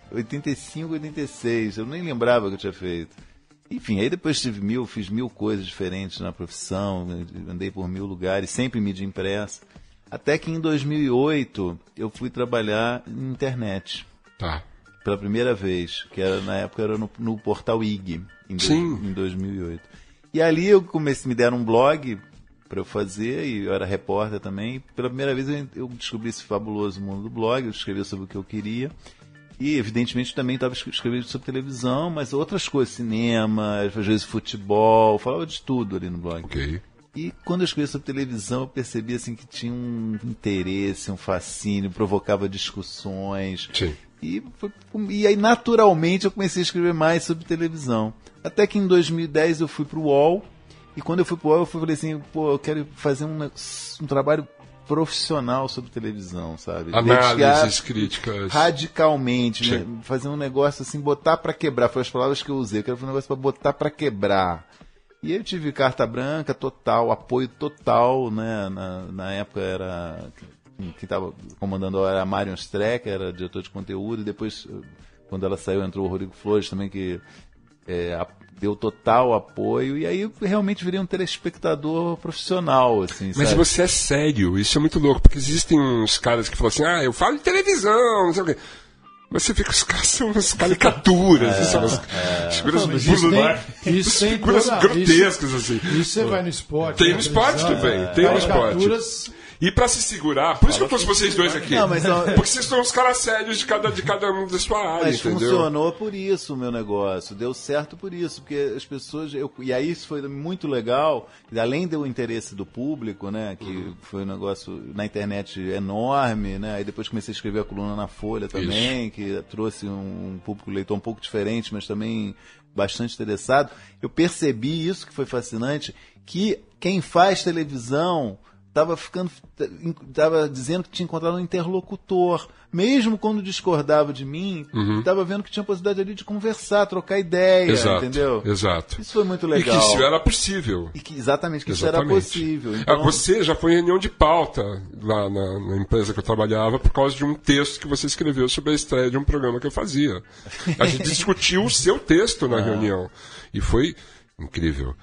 S5: oitenta e cinco, oitenta e seis. Eu nem lembrava que eu tinha feito. Enfim, aí depois tive mil, fiz mil coisas diferentes na profissão, andei por mil lugares, sempre mídia impressa. Até que em dois mil e oito eu fui trabalhar em internet.
S2: Tá.
S5: Pela primeira vez, que era, na época era no, no portal I G, em, dois,
S2: Sim.
S5: em dois mil e oito. E ali eu comecei, me deram um blog para eu fazer, e eu era repórter também. Pela primeira vez eu, eu descobri esse fabuloso mundo do blog, eu escrevia sobre o que eu queria. E, evidentemente, também estava escrevendo sobre televisão, mas outras coisas, cinema, às vezes futebol, falava de tudo ali no blog.
S2: Ok.
S5: E quando eu escrevi sobre televisão, eu percebi assim, que tinha um interesse, um fascínio, provocava discussões.
S2: Sim.
S5: E, foi- e aí, naturalmente, eu comecei a escrever mais sobre televisão. Até que em dois mil e dez eu fui para o U O L, e quando eu fui para o U O L, eu falei assim, pô, eu quero fazer um, um trabalho profissional sobre televisão, sabe?
S2: Análises
S5: Dedicar
S2: críticas.
S5: radicalmente, né?
S2: Sim.
S5: Fazer um negócio assim, botar pra quebrar, foram as palavras que eu usei, eu quero fazer um negócio pra botar pra quebrar. E eu tive carta branca total, apoio total, né? Na, na época era quem estava comandando era a Marion Streck, era diretor de conteúdo, e depois, quando ela saiu, entrou o Rodrigo Flores também, que é, a- deu total apoio, e aí eu realmente virei um telespectador profissional, assim,
S2: Mas
S5: sabe?
S2: você é sério, isso é muito louco, porque existem uns caras que falam assim, ah, eu falo de televisão, não sei o quê. Mas você vê que os caras são umas caricaturas, assim, são umas figuras,
S4: Não, mas isso
S2: bulu-
S4: tem- isso tem
S2: figuras
S4: toda-
S2: grotescas, assim.
S4: Isso você vai no esporte.
S2: Tem
S4: na
S2: no esporte
S4: televisão,
S2: também,
S4: é,
S2: tem no esporte.
S4: caricaturas.
S2: E pra se segurar, por isso que eu trouxe vocês dois aqui.
S5: Não, mas não-
S2: Porque vocês são os caras sérios de cada, de cada um da sua área,
S5: Mas
S2: entendeu?
S5: funcionou por isso o meu negócio, deu certo por isso, porque as pessoas, eu, e aí isso foi muito legal, além do interesse do público, né, que
S2: Uhum.
S5: foi um negócio na internet enorme, né, aí depois comecei a escrever a coluna na Folha também, que trouxe um, um público leitor um pouco diferente, mas também bastante interessado. Eu percebi isso que foi fascinante, que quem faz televisão estava ficando, estava dizendo que tinha encontrado um interlocutor, mesmo quando discordava de mim, estava vendo que tinha possibilidade ali de conversar, trocar ideia,
S2: Exato,
S5: entendeu?
S2: exato.
S5: Isso foi muito
S2: E
S5: legal.
S2: que isso era possível.
S5: E que exatamente que
S2: Exatamente.
S5: isso era possível.
S2: Ah,
S5: Então,
S2: Você já foi em reunião de pauta lá na, na empresa que eu trabalhava por causa de um texto que você escreveu sobre a estreia de um programa que eu fazia. A gente discutiu o seu texto na reunião. E foi incrível.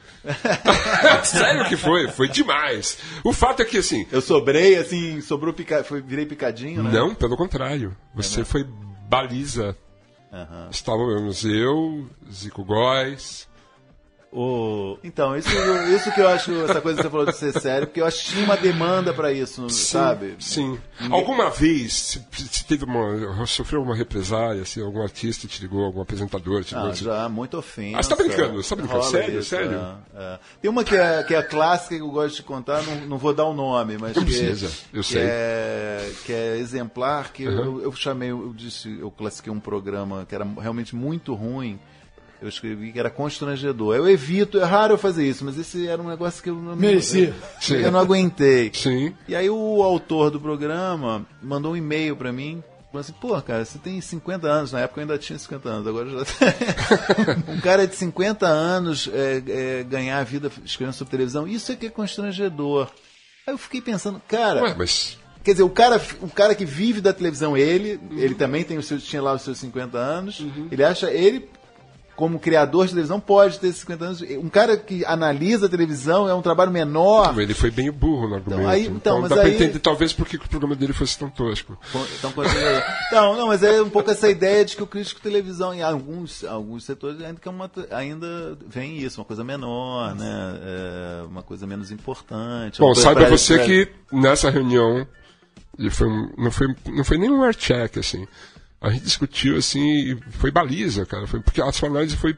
S2: Sério que foi, foi demais. O fato é que, assim,
S5: eu sobrei, assim, sobrou pica... foi, virei picadinho, né?
S2: não, pelo contrário. Você foi baliza. Estávamos eu, Zico Góes.
S3: O...
S5: Então, isso, isso que eu acho, essa coisa que você falou de ser sério, porque eu acho que tinha uma demanda pra isso, sabe?
S2: Sim. Alguma vez se, se teve uma, sofreu uma represália, assim, algum artista te ligou, algum apresentador te ligou?
S5: Ah,
S2: assim,
S5: já, muito ofensa.
S2: Ah, você tá brincando, você tá brincando?
S5: Rola
S2: Sério,
S5: isso,
S2: sério?
S5: é, é. Tem uma que é, que é clássica que eu gosto de contar, não, não vou dar o nome, mas
S2: Não
S5: que,
S2: precisa, eu
S5: que
S2: sei.
S5: É, que é exemplar, que
S2: Uhum.
S5: eu, eu chamei, eu disse, eu classifiquei um programa que era realmente muito ruim. Eu escrevi que era constrangedor. Eu evito, é raro eu fazer isso, mas esse era um negócio que eu não
S4: Merecia.
S5: Eu, eu não aguentei.
S2: Sim.
S5: E aí o autor do programa mandou um e-mail pra mim, falou assim, pô, cara, você tem cinquenta anos, na época eu ainda tinha cinquenta anos, agora já um cara de cinquenta anos é, é, ganhar a vida escrevendo sobre televisão, isso é que é constrangedor. Aí eu fiquei pensando, cara,
S2: Ué, mas
S5: quer dizer, o cara, o cara que vive da televisão, ele, ele também tem os seus, tinha lá os seus cinquenta anos, ele acha, ele como criador de televisão pode ter cinquenta anos. Um cara que analisa a televisão é um trabalho menor.
S2: ele foi bem burro no argumento.
S5: aí-
S2: Então,
S5: então, mas
S2: dá pra
S5: aí-
S2: entender talvez por que que o programa dele fosse tão tosco.
S5: Então, então, não, mas é um pouco essa ideia de que o crítico de televisão, em alguns, alguns setores, ainda, que é uma, ainda vem isso, uma coisa menor, né? É, uma coisa menos importante.
S2: Bom,
S5: uma coisa
S2: saiba
S5: pra-
S2: você
S5: pra-
S2: que nessa reunião ele foi um- não foi não foi nem um art check, assim. A gente discutiu assim e foi baliza, cara. Foi porque a sua análise foi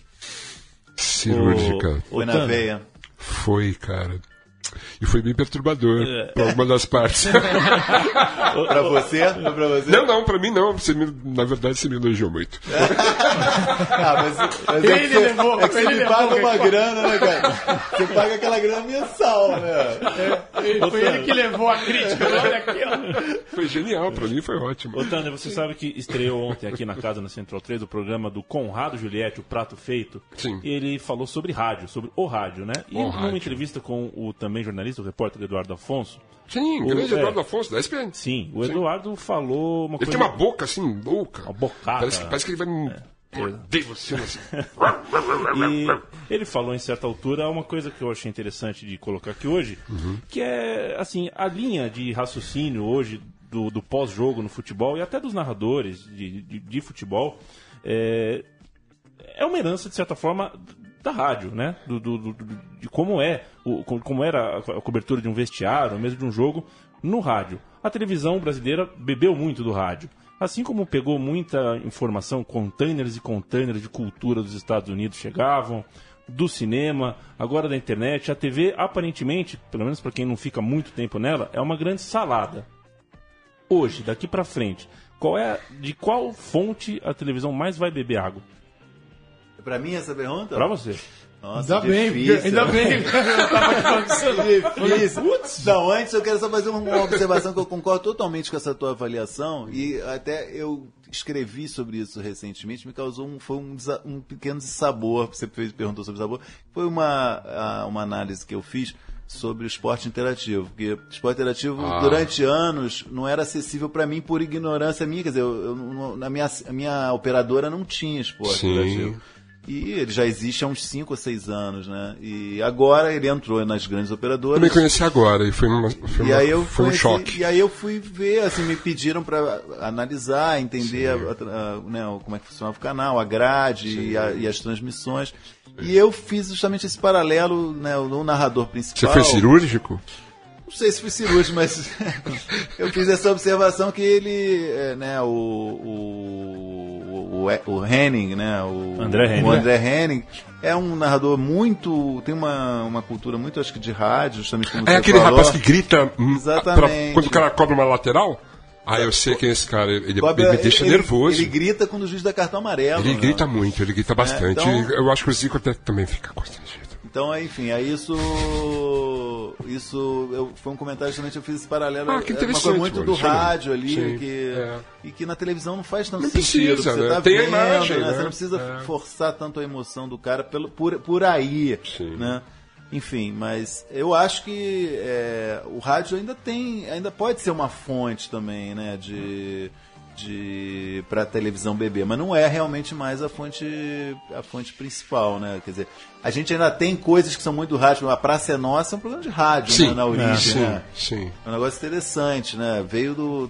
S2: cirúrgica.
S5: Foi na
S3: Tano,
S5: veia.
S2: Foi, cara. E foi bem perturbador
S3: É.
S2: pra alguma das partes.
S5: Pra você? Foi pra você?
S2: Não, não, pra mim não. Você me- na verdade, você me elogiou muito.
S5: Ah, mas, mas é
S4: Ele
S5: que você,
S4: levou,
S5: é que você
S4: ele
S5: me
S4: levou,
S5: paga uma
S4: cara.
S5: grana, né, cara? Você paga aquela grana mensal, né?
S4: Foi ele que levou a crítica, olha aquilo.
S2: Foi genial, pra mim foi ótimo.
S3: Ô, Tânia, você sabe que estreou ontem aqui na casa, na Central três, o programa do Conrado Juliette, o Prato Feito.
S2: Sim.
S3: E ele falou sobre rádio, sobre o rádio, né? E
S2: O
S3: numa
S2: rádio.
S3: entrevista com o também jornalista jornalista, o repórter Eduardo Afonso.
S2: Sim,
S3: O-
S2: grande
S3: é.
S2: Eduardo Afonso, da S P N.
S3: Sim, o Eduardo falou uma
S2: Ele
S3: coisa...
S2: tem uma boca assim, louca.
S3: Uma bocada.
S2: Parece, que- parece que ele vai me morder você assim.
S3: E ele falou em certa altura uma coisa que eu achei interessante de colocar aqui hoje, que é, assim, a linha de raciocínio hoje do, do pós-jogo no futebol e até dos narradores de, de, de futebol é, é uma herança, de certa forma, da rádio, né? Do, do- do- do- de como é, o, como era a cobertura de um vestiário, ou mesmo de um jogo no rádio. A televisão brasileira bebeu muito do rádio. Assim como pegou muita informação, containers e containers de cultura dos Estados Unidos chegavam, do cinema, agora da internet, a T V, aparentemente, pelo menos para quem não fica muito tempo nela, é uma grande salada. Hoje, daqui para frente, qual é, de qual fonte a televisão mais vai beber água?
S5: Pra mim essa pergunta?
S3: Para você.
S5: Nossa,
S4: Ainda bem,
S5: difícil.
S4: porque- ainda bem. Eu tava aqui falando com você.
S5: Difícil. Não, antes eu quero só fazer uma observação que eu concordo totalmente com essa tua avaliação e até eu escrevi sobre isso recentemente, me causou um, foi um, desa- um pequeno dissabor, você fez, perguntou sobre sabor, foi uma, a- uma análise que eu fiz sobre o esporte interativo, porque o esporte interativo
S2: Ah.
S5: durante anos não era acessível para mim por ignorância minha, quer dizer, eu, eu não- na minha, a minha operadora não tinha esporte
S2: Sim.
S5: interativo. E ele já existe há uns cinco ou seis anos, né? E agora ele entrou nas grandes operadoras.
S2: Eu me conheci agora e foi, uma, foi,
S5: E
S2: uma-
S5: aí eu
S2: foi um
S5: conheci-
S2: choque.
S5: E aí eu fui ver, assim, me pediram para analisar, entender a- a- a- né, como é que funcionava o canal, a grade e, a- e as transmissões. E eu fiz justamente esse paralelo, né, o narrador
S2: Você
S5: principal.
S2: foi cirúrgico?
S5: Não sei se foi cirúrgico, mas eu fiz essa observação que ele, é, né, o, o, o, o Henning, né, o
S3: André Henning.
S5: o André Henning é um narrador muito, tem uma, uma cultura muito, acho que de rádio, justamente como
S2: É
S5: você
S2: aquele
S5: falou.
S2: rapaz que grita hum,
S5: Exatamente.
S2: pra- quando o cara cobra uma lateral? Ah, eu sei quem é esse cara. Ele,
S5: Cobra-
S2: ele me deixa
S5: ele-
S2: nervoso.
S5: Ele
S2: Ele,
S5: grita quando o juiz dá cartão amarelo. né?
S2: grita muito, ele grita bastante.
S5: então-
S2: Eu acho que o Zico até também fica constrangido.
S5: Então, enfim, aí isso. Isso eu, foi um comentário justamente, eu fiz esse paralelo.
S2: Ah, que
S5: é uma coisa
S2: interessante,
S5: muito do
S2: Maurício.
S5: rádio ali,
S2: Sim,
S5: que,
S2: é.
S5: e que na televisão não faz tanto
S2: Não
S5: sentido.
S2: precisa,
S5: você
S2: né?
S5: tá
S2: Tem a
S5: vendo,
S2: imagem,
S5: né?
S2: né?
S5: Você não precisa
S2: É.
S5: forçar tanto a emoção do cara pelo, por, por aí.
S2: Sim.
S5: Né? Enfim, mas eu acho que é, o rádio ainda tem, ainda pode ser uma fonte também, né, de, de para televisão beber, mas não é realmente mais a fonte, a fonte principal, né? Quer dizer, a gente ainda tem coisas que são muito do rádio. A Praça é Nossa é um programa de rádio,
S2: Sim,
S5: né, na origem,
S2: sim,
S5: né?
S2: sim.
S5: É um negócio interessante, né? Veio do.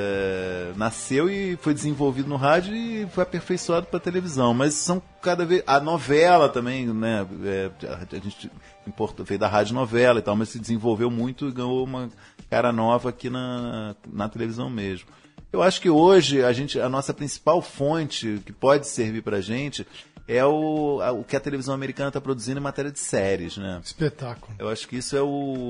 S5: é, nasceu e foi desenvolvido no rádio e foi aperfeiçoado para televisão. Mas são cada vez. A novela também, né? É, a gente importou, veio da rádio novela e tal, mas se desenvolveu muito e ganhou uma cara nova aqui na, na televisão mesmo. Eu acho que hoje a, gente, a nossa principal fonte que pode servir pra gente é o, a- o que a televisão americana está produzindo em matéria de séries, né?
S4: Espetáculo.
S5: Eu acho que isso é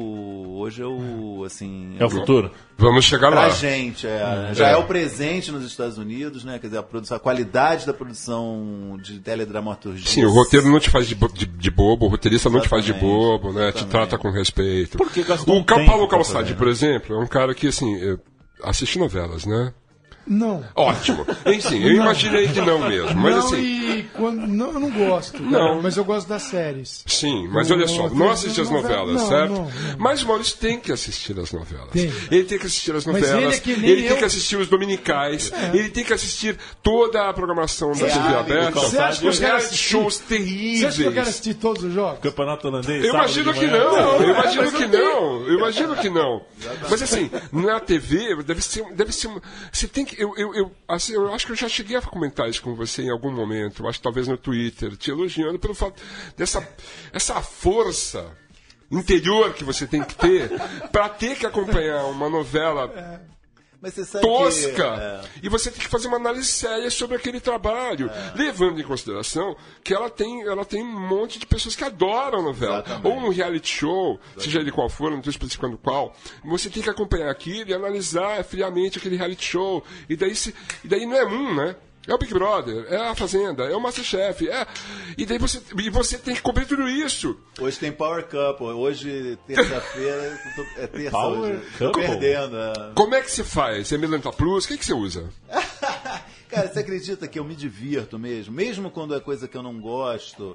S5: o. Hoje é o. Assim,
S3: É o futuro?
S2: Vamos chegar
S5: pra
S2: lá.
S5: gente, é. Já é. o presente nos Estados Unidos, né? Quer dizer, a, produção, a qualidade da produção de teledramaturgia.
S2: Sim, o roteiro não te faz de, bo- de, de bobo, o roteirista não te faz de
S5: Exatamente,
S2: bobo, né? Te
S5: exatamente.
S2: trata com respeito.
S3: Porque gastou
S2: O
S3: um
S2: Cal-
S3: tempo
S2: Paulo
S3: pra
S2: Calçade,
S3: fazer,
S2: por exemplo, é um cara que, assim, eh, assiste novelas, né?
S4: Não.
S2: Ótimo. Enfim, eu imaginei que não mesmo, mas
S4: não,
S2: assim...
S4: e quando, não, eu não gosto, cara,
S2: Não.
S4: mas eu gosto das séries.
S2: Sim, mas
S4: Não,
S2: olha só,
S4: não,
S2: não assiste as
S4: novela-
S2: novelas,
S4: não,
S2: certo?
S4: não, não.
S2: Mas o Maurício tem que assistir as novelas.
S4: Tem.
S2: Ele tem que assistir as
S4: Mas
S2: novelas,
S4: ele é que nem
S2: ele tem
S4: eu.
S2: que assistir os dominicais, ele tem que assistir toda a programação da T V
S5: Reality,
S2: aberta,
S4: Você acha que eu
S2: os
S4: quero
S2: reality
S4: assistir?
S2: shows
S4: Você acha que eu quero
S2: terríveis.
S4: assistir todos os jogos?
S3: Campeonato holandês.
S2: Eu
S3: sábado
S2: imagino
S3: de
S2: que
S3: manhã.
S2: não, eu imagino
S4: mas
S2: que
S4: eu tenho.
S2: não, eu imagino que não. Mas assim, na T V deve ser, deve ser, você tem que, eu, eu, eu, assim, eu acho que eu já cheguei a comentar isso com você em algum momento, eu acho que talvez no Twitter, te elogiando pelo fato dessa, essa força interior que você tem que ter para ter que acompanhar uma novela
S5: Mas você sabe
S2: tosca
S5: que, é,
S2: e você tem que fazer uma análise séria sobre aquele trabalho, levando em consideração que ela tem, ela tem um monte de pessoas que adoram a novela.
S5: Exatamente.
S2: Ou um reality show, seja ele qual for, não estou especificando qual, você tem que acompanhar aquilo e analisar friamente aquele reality show. E daí, se, e daí não é um, né? É o Big Brother, é a Fazenda, é o Masterchef, é... E daí você, e você tem que cobrir tudo isso.
S5: hoje tem Power Couple, hoje, terça-feira, eu tô- é terça
S3: Power
S5: hoje. Tô
S3: Couple?
S5: perdendo. é.
S2: Como é que você faz? Você é Milenta Plus? O que, que você usa?
S5: Cara, você acredita que eu me divirto mesmo? Mesmo quando é coisa que eu não gosto,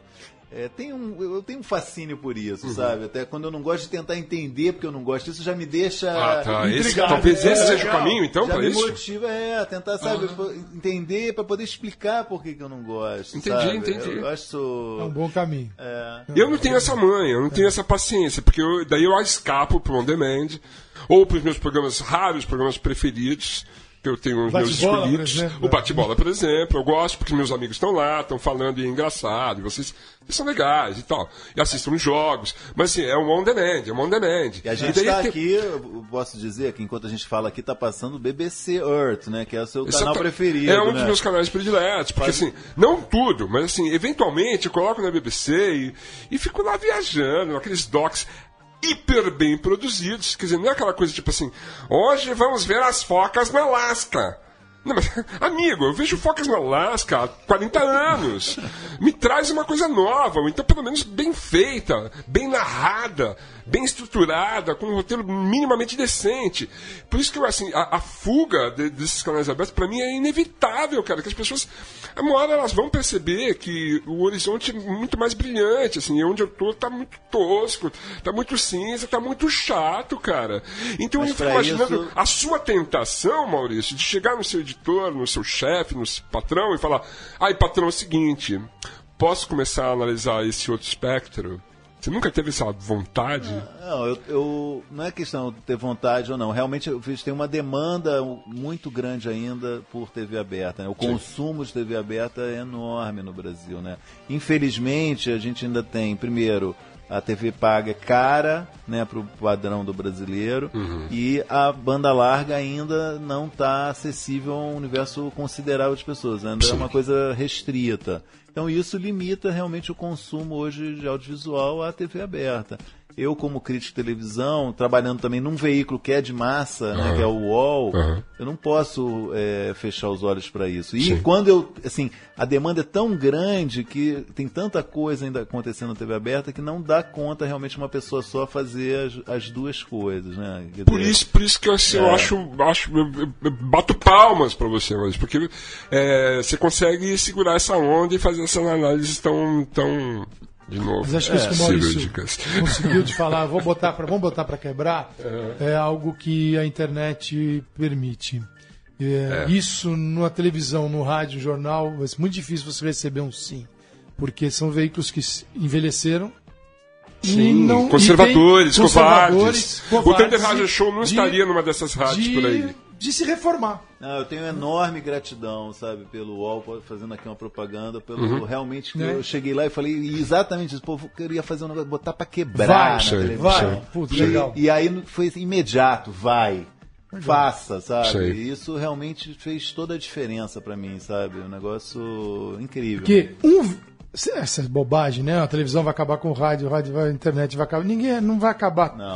S5: É, tem um, eu tenho um fascínio por isso, uhum. sabe? Até quando eu não gosto de tentar entender porque eu não gosto, isso já me deixa
S2: ah, tá.
S5: intrigado.
S2: Esse, talvez esse é, seja legal. O caminho, então,
S5: já
S2: para
S5: me
S2: isso?
S5: motiva é tentar, sabe, ah. entender para poder explicar por que, que eu não gosto.
S2: Entendi,
S5: sabe?
S2: entendi.
S5: Eu, eu acho...
S4: É um bom caminho.
S5: É.
S2: Eu não tenho essa manha, eu não tenho essa paciência, porque eu, daí eu escapo para o on demand ou para os meus programas raros, programas preferidos. Que eu tenho os meus escolhidos. O bate-bola, por exemplo, eu gosto porque meus amigos estão lá, estão falando e é engraçado, e vocês, vocês são legais e tal. E assistem os jogos. Mas assim, é um on demand, é um on demand.
S5: E a gente está tem... aqui, eu posso dizer que enquanto a gente fala aqui, está passando o B B C Earth, né? Que é o seu
S2: Esse
S5: canal
S2: tá...
S5: preferido.
S2: É um
S5: né?
S2: dos meus canais prediletos. Porque Faz... assim, não tudo, mas assim, eventualmente eu coloco na B B C e, e fico lá viajando, aqueles docs hiper bem produzidos, quer dizer, não é aquela coisa tipo assim, hoje vamos ver as focas no Alasca. Não, mas, amigo, eu vejo focas no Alasca há quarenta anos. Me traz uma coisa nova, ou então pelo menos bem feita, bem narrada, bem estruturada, com um roteiro minimamente decente. Por isso que eu, assim, a, a fuga de, desses canais abertos, pra mim, é inevitável, cara, que as pessoas, uma hora elas vão perceber que o horizonte é muito mais brilhante, assim, onde eu tô tá muito tosco, tá muito cinza, tá muito chato, cara. Então
S5: Mas
S2: eu fico imaginando
S5: isso...
S2: a sua tentação, Maurício, de chegar no seu editor, no seu chefe, no seu patrão e falar, ai, patrão, é o seguinte, posso começar a analisar esse outro espectro? Você nunca teve essa vontade?
S5: Não, eu, eu, não é questão de ter vontade ou não. Realmente eu vejo tem uma demanda muito grande ainda por T V aberta. Né? O Sim. consumo de T V aberta é enorme no Brasil. Né? Infelizmente, a gente ainda tem, primeiro, a T V paga é cara, né, para o padrão do brasileiro, uhum. e a banda larga ainda não está acessível a um universo considerável de pessoas. Ainda Sim. é uma coisa restrita. Então isso limita realmente o consumo hoje de audiovisual à T V aberta. Eu, como crítico de televisão, trabalhando também num veículo que é de massa, uhum. né, que é o U O L, uhum. eu não posso é, fechar os olhos para isso. E Sim. quando eu, assim, a demanda é tão grande que tem tanta coisa ainda acontecendo na T V aberta que não dá conta realmente uma pessoa só fazer as, as duas coisas, né? Quer
S2: por
S5: dizer,
S2: isso, por isso que eu, assim, é. eu acho, acho eu, eu bato palmas para você, mas porque é, você consegue segurar essa onda e fazer essas análises tão, tão de novo,
S4: mas acho que
S2: é,
S4: isso que o Maurício
S2: cirúrgicas.
S4: conseguiu te falar, vou botar pra, vamos botar para quebrar, uhum. é algo que a internet permite. É, é. Isso na televisão, no rádio, no jornal, é muito difícil você receber um sim, porque são veículos que envelheceram.
S2: Sim, não, conservadores, covardes. covardes. O Thunder Radio Show não de, estaria numa dessas rádios
S4: de,
S2: por aí.
S4: De se reformar.
S5: Não, eu tenho enorme gratidão, sabe, pelo U O L, fazendo aqui uma propaganda, pelo
S2: uhum.
S5: realmente que
S4: é.
S5: eu cheguei lá e falei exatamente isso, pô, eu queria fazer um negócio, botar pra quebrar vai, na televisão.
S4: Vai, putz,
S5: e,
S4: legal.
S5: E aí foi imediato, vai. Legal. Faça, sabe?
S2: Sei.
S5: E isso realmente fez toda a diferença pra mim, sabe? Um negócio incrível.
S4: Porque um essa bobagem, né? A televisão vai acabar com o rádio, o rádio vai, a internet vai acabar. Ninguém não vai acabar.
S5: Não.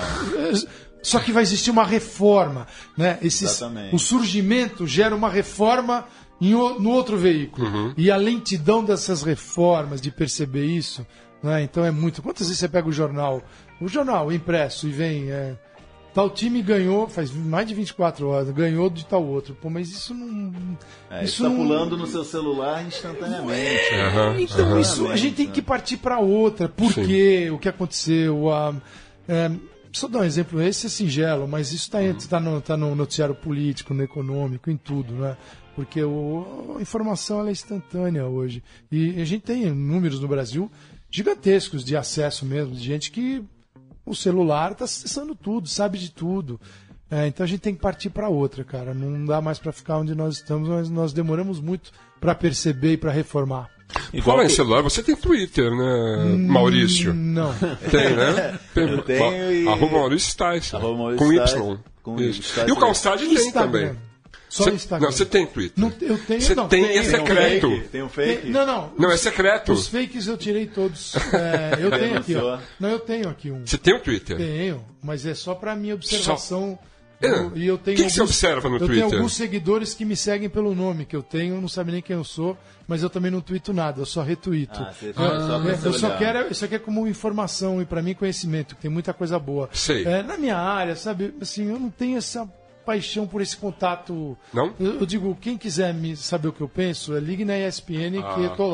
S4: Só que vai existir uma reforma, né? Esses,
S5: Exatamente.
S4: O surgimento gera uma reforma em, no outro veículo.
S2: Uhum.
S4: E a lentidão dessas reformas, de perceber isso, né? Então é muito. Quantas vezes você pega o jornal, o jornal impresso e vem. É, tal time ganhou, faz mais de vinte e quatro horas, ganhou de tal outro. Pô, mas isso não.
S5: É,
S4: isso
S5: está
S4: não...
S5: pulando no seu celular instantaneamente.
S2: Uhum,
S4: então,
S2: uhum.
S4: isso a gente tem que partir para outra. Por quê? O que aconteceu? A, é, só dar um exemplo, esse é singelo, mas isso está uhum. tá no, tá no noticiário político, no econômico, em tudo, né? Porque o, a informação ela é instantânea hoje. E a gente tem números no Brasil gigantescos de acesso mesmo, de gente que. O celular está acessando tudo, sabe de tudo. É, então a gente tem que partir para outra, cara. Não dá mais para ficar onde nós estamos, mas nós demoramos muito para perceber e para reformar.
S2: Igual em celular, você tem Twitter, né, Maurício?
S4: Não.
S2: Tem, né?
S5: Eu tenho e...
S2: Arroba Maurício Stais.
S5: Arroba Maurício
S2: com
S5: Stais.
S2: Y.
S5: Com
S2: Isso. E o Calçade tem também.
S4: Só
S2: cê,
S4: Instagram.
S2: Não, você tem Twitter.
S4: Não, eu tenho,
S2: Você
S4: não.
S2: tem,
S4: tem,
S2: é secreto.
S5: Tem um fake? Tem um fake?
S4: Tem, não, não.
S2: Não,
S4: os,
S2: é secreto.
S4: Os fakes eu tirei todos. É, eu tenho aqui, ó. Não, eu tenho aqui um.
S2: Você tem um Twitter?
S4: Tenho, mas é só pra minha observação.
S2: Só...
S4: Eu, e eu tenho
S2: o que,
S4: alguns,
S2: que você observa no
S4: eu
S2: Twitter?
S4: Eu tenho alguns seguidores que me seguem pelo nome que eu tenho, não sabem nem quem eu sou, mas eu também não tuito nada, eu só retuito.
S5: Ah, você
S4: eu,
S5: só
S4: eu, eu só
S5: olhar.
S4: quero, isso aqui é como informação e pra mim conhecimento, que tem muita coisa boa.
S2: Sei.
S4: É, na minha área, sabe, assim, eu não tenho essa paixão por esse contato.
S2: Não?
S4: Eu, eu digo, quem quiser me saber o que eu penso, ligue na E S P N
S2: ah.
S4: que eu tô lá.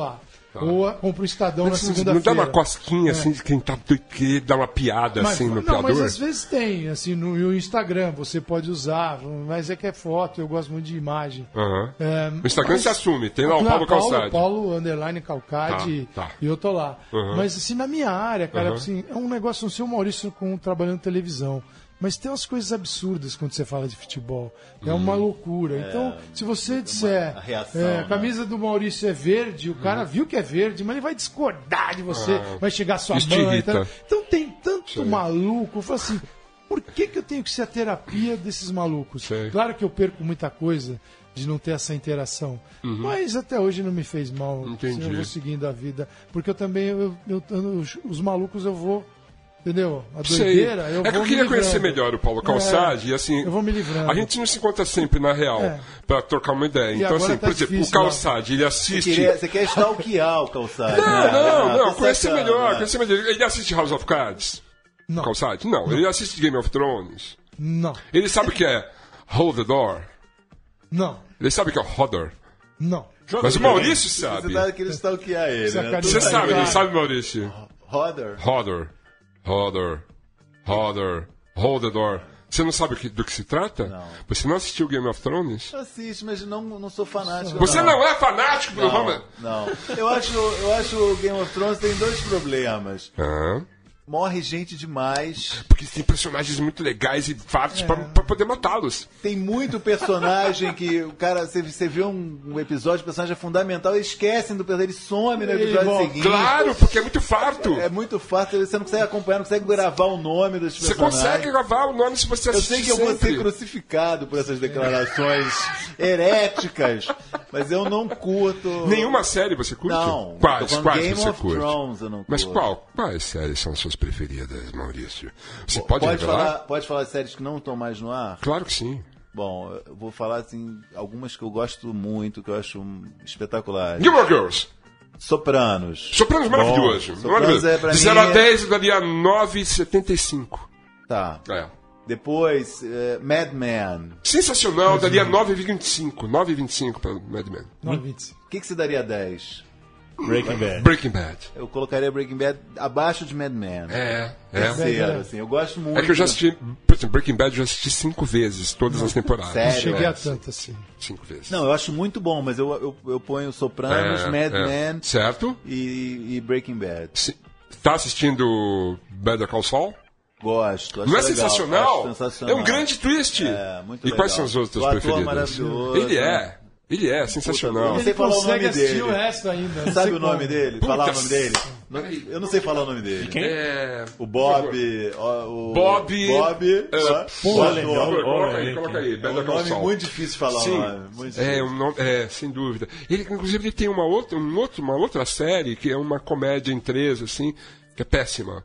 S4: Ou a- compra o Estadão
S2: Mas
S4: na
S2: não
S4: segunda-feira.
S2: dá uma cosquinha assim de quem tá que dá uma piada
S4: Mas,
S2: assim no
S4: não,
S2: piador?
S4: mas às vezes tem, assim, no, no Instagram você pode usar, mas é que é foto, eu gosto muito de imagem.
S2: Aham.
S4: É,
S2: No Instagram
S4: mas-
S2: se assume, tem lá o
S4: Não,
S2: Paulo Calçade.
S4: Paulo, underline Calcade,
S2: Tá, tá.
S4: e eu tô lá.
S2: Uhum.
S4: Mas assim, na minha área, cara,
S2: Uhum.
S4: assim, é um negócio, não sei o Maurício com, trabalhando em televisão, mas tem umas coisas absurdas quando você fala de futebol. É uma loucura. Então, se você disser,
S5: a reação,
S4: é, a
S5: né?
S4: camisa do Maurício é verde, o cara viu que é verde, mas ele vai discordar de você, vai chegar sua
S2: Isso te
S4: mãe.
S2: irrita.
S4: Então, então tem tanto
S2: Sei.
S4: maluco, eu falo assim, por que, que eu tenho que ser a terapia desses malucos?
S2: Sei.
S4: Claro que eu perco muita coisa de não ter essa interação, mas até hoje não me fez mal.
S2: Entendi.
S4: Eu vou seguindo a vida, porque eu também, eu, eu- eu- os, os malucos eu vou, entendeu? A
S2: Sei.
S4: doideira, eu
S2: é que
S4: vou
S2: eu queria
S4: me
S2: conhecer
S4: livrando.
S2: melhor o Paulo Calçade
S4: É,
S2: e assim.
S4: eu vou me livrando.
S2: A gente não se encontra sempre na real
S4: É.
S2: pra trocar uma ideia.
S4: E
S2: Então,
S4: agora
S2: assim,
S4: tá
S2: por exemplo,
S4: difícil,
S2: o Calçade, ele
S5: Você,
S2: assiste.
S5: queria, você quer stalkear o Calçado.
S2: Não,
S5: né?
S2: não,
S5: Ah,
S2: não,
S5: tô
S2: conhecer
S5: sacando,
S2: melhor,
S5: né?
S2: conhecer melhor. Ele assiste House of Cards?
S4: Não.
S2: Calçade? Não, ele assiste Game of Thrones.
S4: Não,
S2: Ele sabe o que é Hold the Door.
S4: não,
S2: Ele sabe o que é Hodor.
S4: não.
S2: Mas o Maurício sabe.
S5: Você tá querendo stalkear ele, né?
S4: Sacaneia.
S2: Você sabe,
S4: Cara.
S2: ele sabe, Maurício.
S5: Roder.
S2: Hodor. Hodor. Hodor. Hold the Door. Você não sabe o que- do que se trata?
S5: Não.
S2: Você não assistiu Game of Thrones?
S5: Assiste, mas não, não sou fanático.
S2: Você não é fanático do
S5: Não,
S2: Roma?
S5: não. Eu acho, eu acho o Game of Thrones tem dois problemas.
S2: Ah,
S5: Morre gente demais.
S2: porque tem personagens muito legais e fartos pra, pra poder matá-los.
S5: Tem muito personagem que o cara, você, você vê um, um episódio, o personagem é fundamental, e esquecem do personagem, ele some no
S4: Ele
S5: episódio
S4: volta.
S5: seguinte.
S2: Claro, porque é muito farto.
S5: É muito fácil, você não consegue acompanhar, não consegue gravar o nome dos
S2: Você
S5: personagens.
S2: consegue gravar o nome se você
S5: Eu
S2: assistir
S5: sei que eu vou
S2: sempre.
S5: ser crucificado por essas declarações heréticas, mas eu não curto.
S2: Nenhuma série você curte?
S5: Não.
S2: Quais,
S5: tô falando
S2: quais
S5: Game
S2: você
S5: of
S2: curte?
S5: Thrones eu não
S2: Mas
S5: curto.
S2: qual, quais séries são as suas preferidas, Maurício? Você pode,
S5: Pode
S2: revelar?
S5: falar, pode falar de séries que não estão mais no ar?
S2: Claro que sim.
S5: Bom, eu vou falar assim, algumas que eu gosto muito, que eu acho hum, espetaculares.
S2: Gilmore Girls.
S5: Sopranos.
S2: Sopranos maravilhoso.
S5: Sopranos
S2: maravilhoso.
S5: é, pra
S2: De
S5: mim,
S2: zero a
S5: é-
S2: dez, eu daria nove vírgula setenta e cinco.
S5: Tá.
S2: É.
S5: Depois, eh, Mad Men.
S2: Sensacional, daria nove vírgula vinte e cinco. nove vírgula vinte e cinco para Mad Men.
S4: Não, Vitz.
S5: O que, que você daria dez?
S3: Breaking Bad.
S2: Breaking Bad.
S5: Eu colocaria Breaking Bad abaixo de Mad Men.
S2: É, é.
S5: Terceiro,
S4: É.
S5: assim, eu gosto muito.
S2: É que eu já assisti, por exemplo, Breaking Bad eu já assisti cinco vezes, todas as temporadas.
S5: Sério?
S4: Não cheguei
S5: é.
S4: a tanto assim.
S2: Cinco vezes.
S5: Não, eu acho muito bom, mas eu, eu, eu ponho Sopranos,
S2: É,
S5: Mad
S2: é.
S5: Men
S2: Certo?
S5: e, e Breaking Bad.
S2: Se- Tá assistindo Better Call Saul?
S5: Gosto. Acho
S2: Não é
S5: legal,
S2: sensacional?
S5: acho sensacional?
S2: É um grande twist.
S5: É, muito
S2: e quais
S5: legal.
S2: são os outros
S5: O ator
S2: preferidos?
S5: maravilhoso.
S2: Ele é. Ele é sensacional.
S5: Não sei
S4: Ele
S5: falar o
S4: consegue
S5: nome
S4: assistir
S5: dele.
S4: o resto ainda. não
S5: Sabe
S4: sei
S5: o nome
S4: como.
S5: dele?
S2: Puta,
S5: Falar o nome dele? Não-
S2: peraí.
S5: eu não sei falar o nome dele.
S3: Quem?
S2: É.
S5: O Bob. ó, O
S2: Bob-
S5: Bob.
S2: É,
S5: ó,
S3: Pô,
S5: o
S3: legal.
S5: ator.
S2: Coloca aí,
S3: Olha,
S2: coloca aí.
S5: É
S2: Better
S5: um
S2: Call
S5: nome
S2: Saul.
S5: muito difícil de falar.
S2: Sim.
S5: o nome, muito
S2: É,
S5: difícil.
S2: um nome, é, sem dúvida. Ele, inclusive, ele tem uma outra, um outro, uma outra série que é uma comédia em três, assim, que é péssima.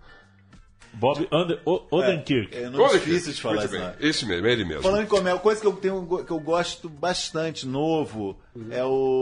S3: Bob Under, o, Odenkirk.
S5: É um nome
S2: Olha
S5: difícil de falar
S2: muito
S5: isso.
S2: bem.
S5: né?
S2: Esse mesmo, é ele mesmo.
S5: Falando em comédia, coisa que eu tenho que eu gosto bastante novo é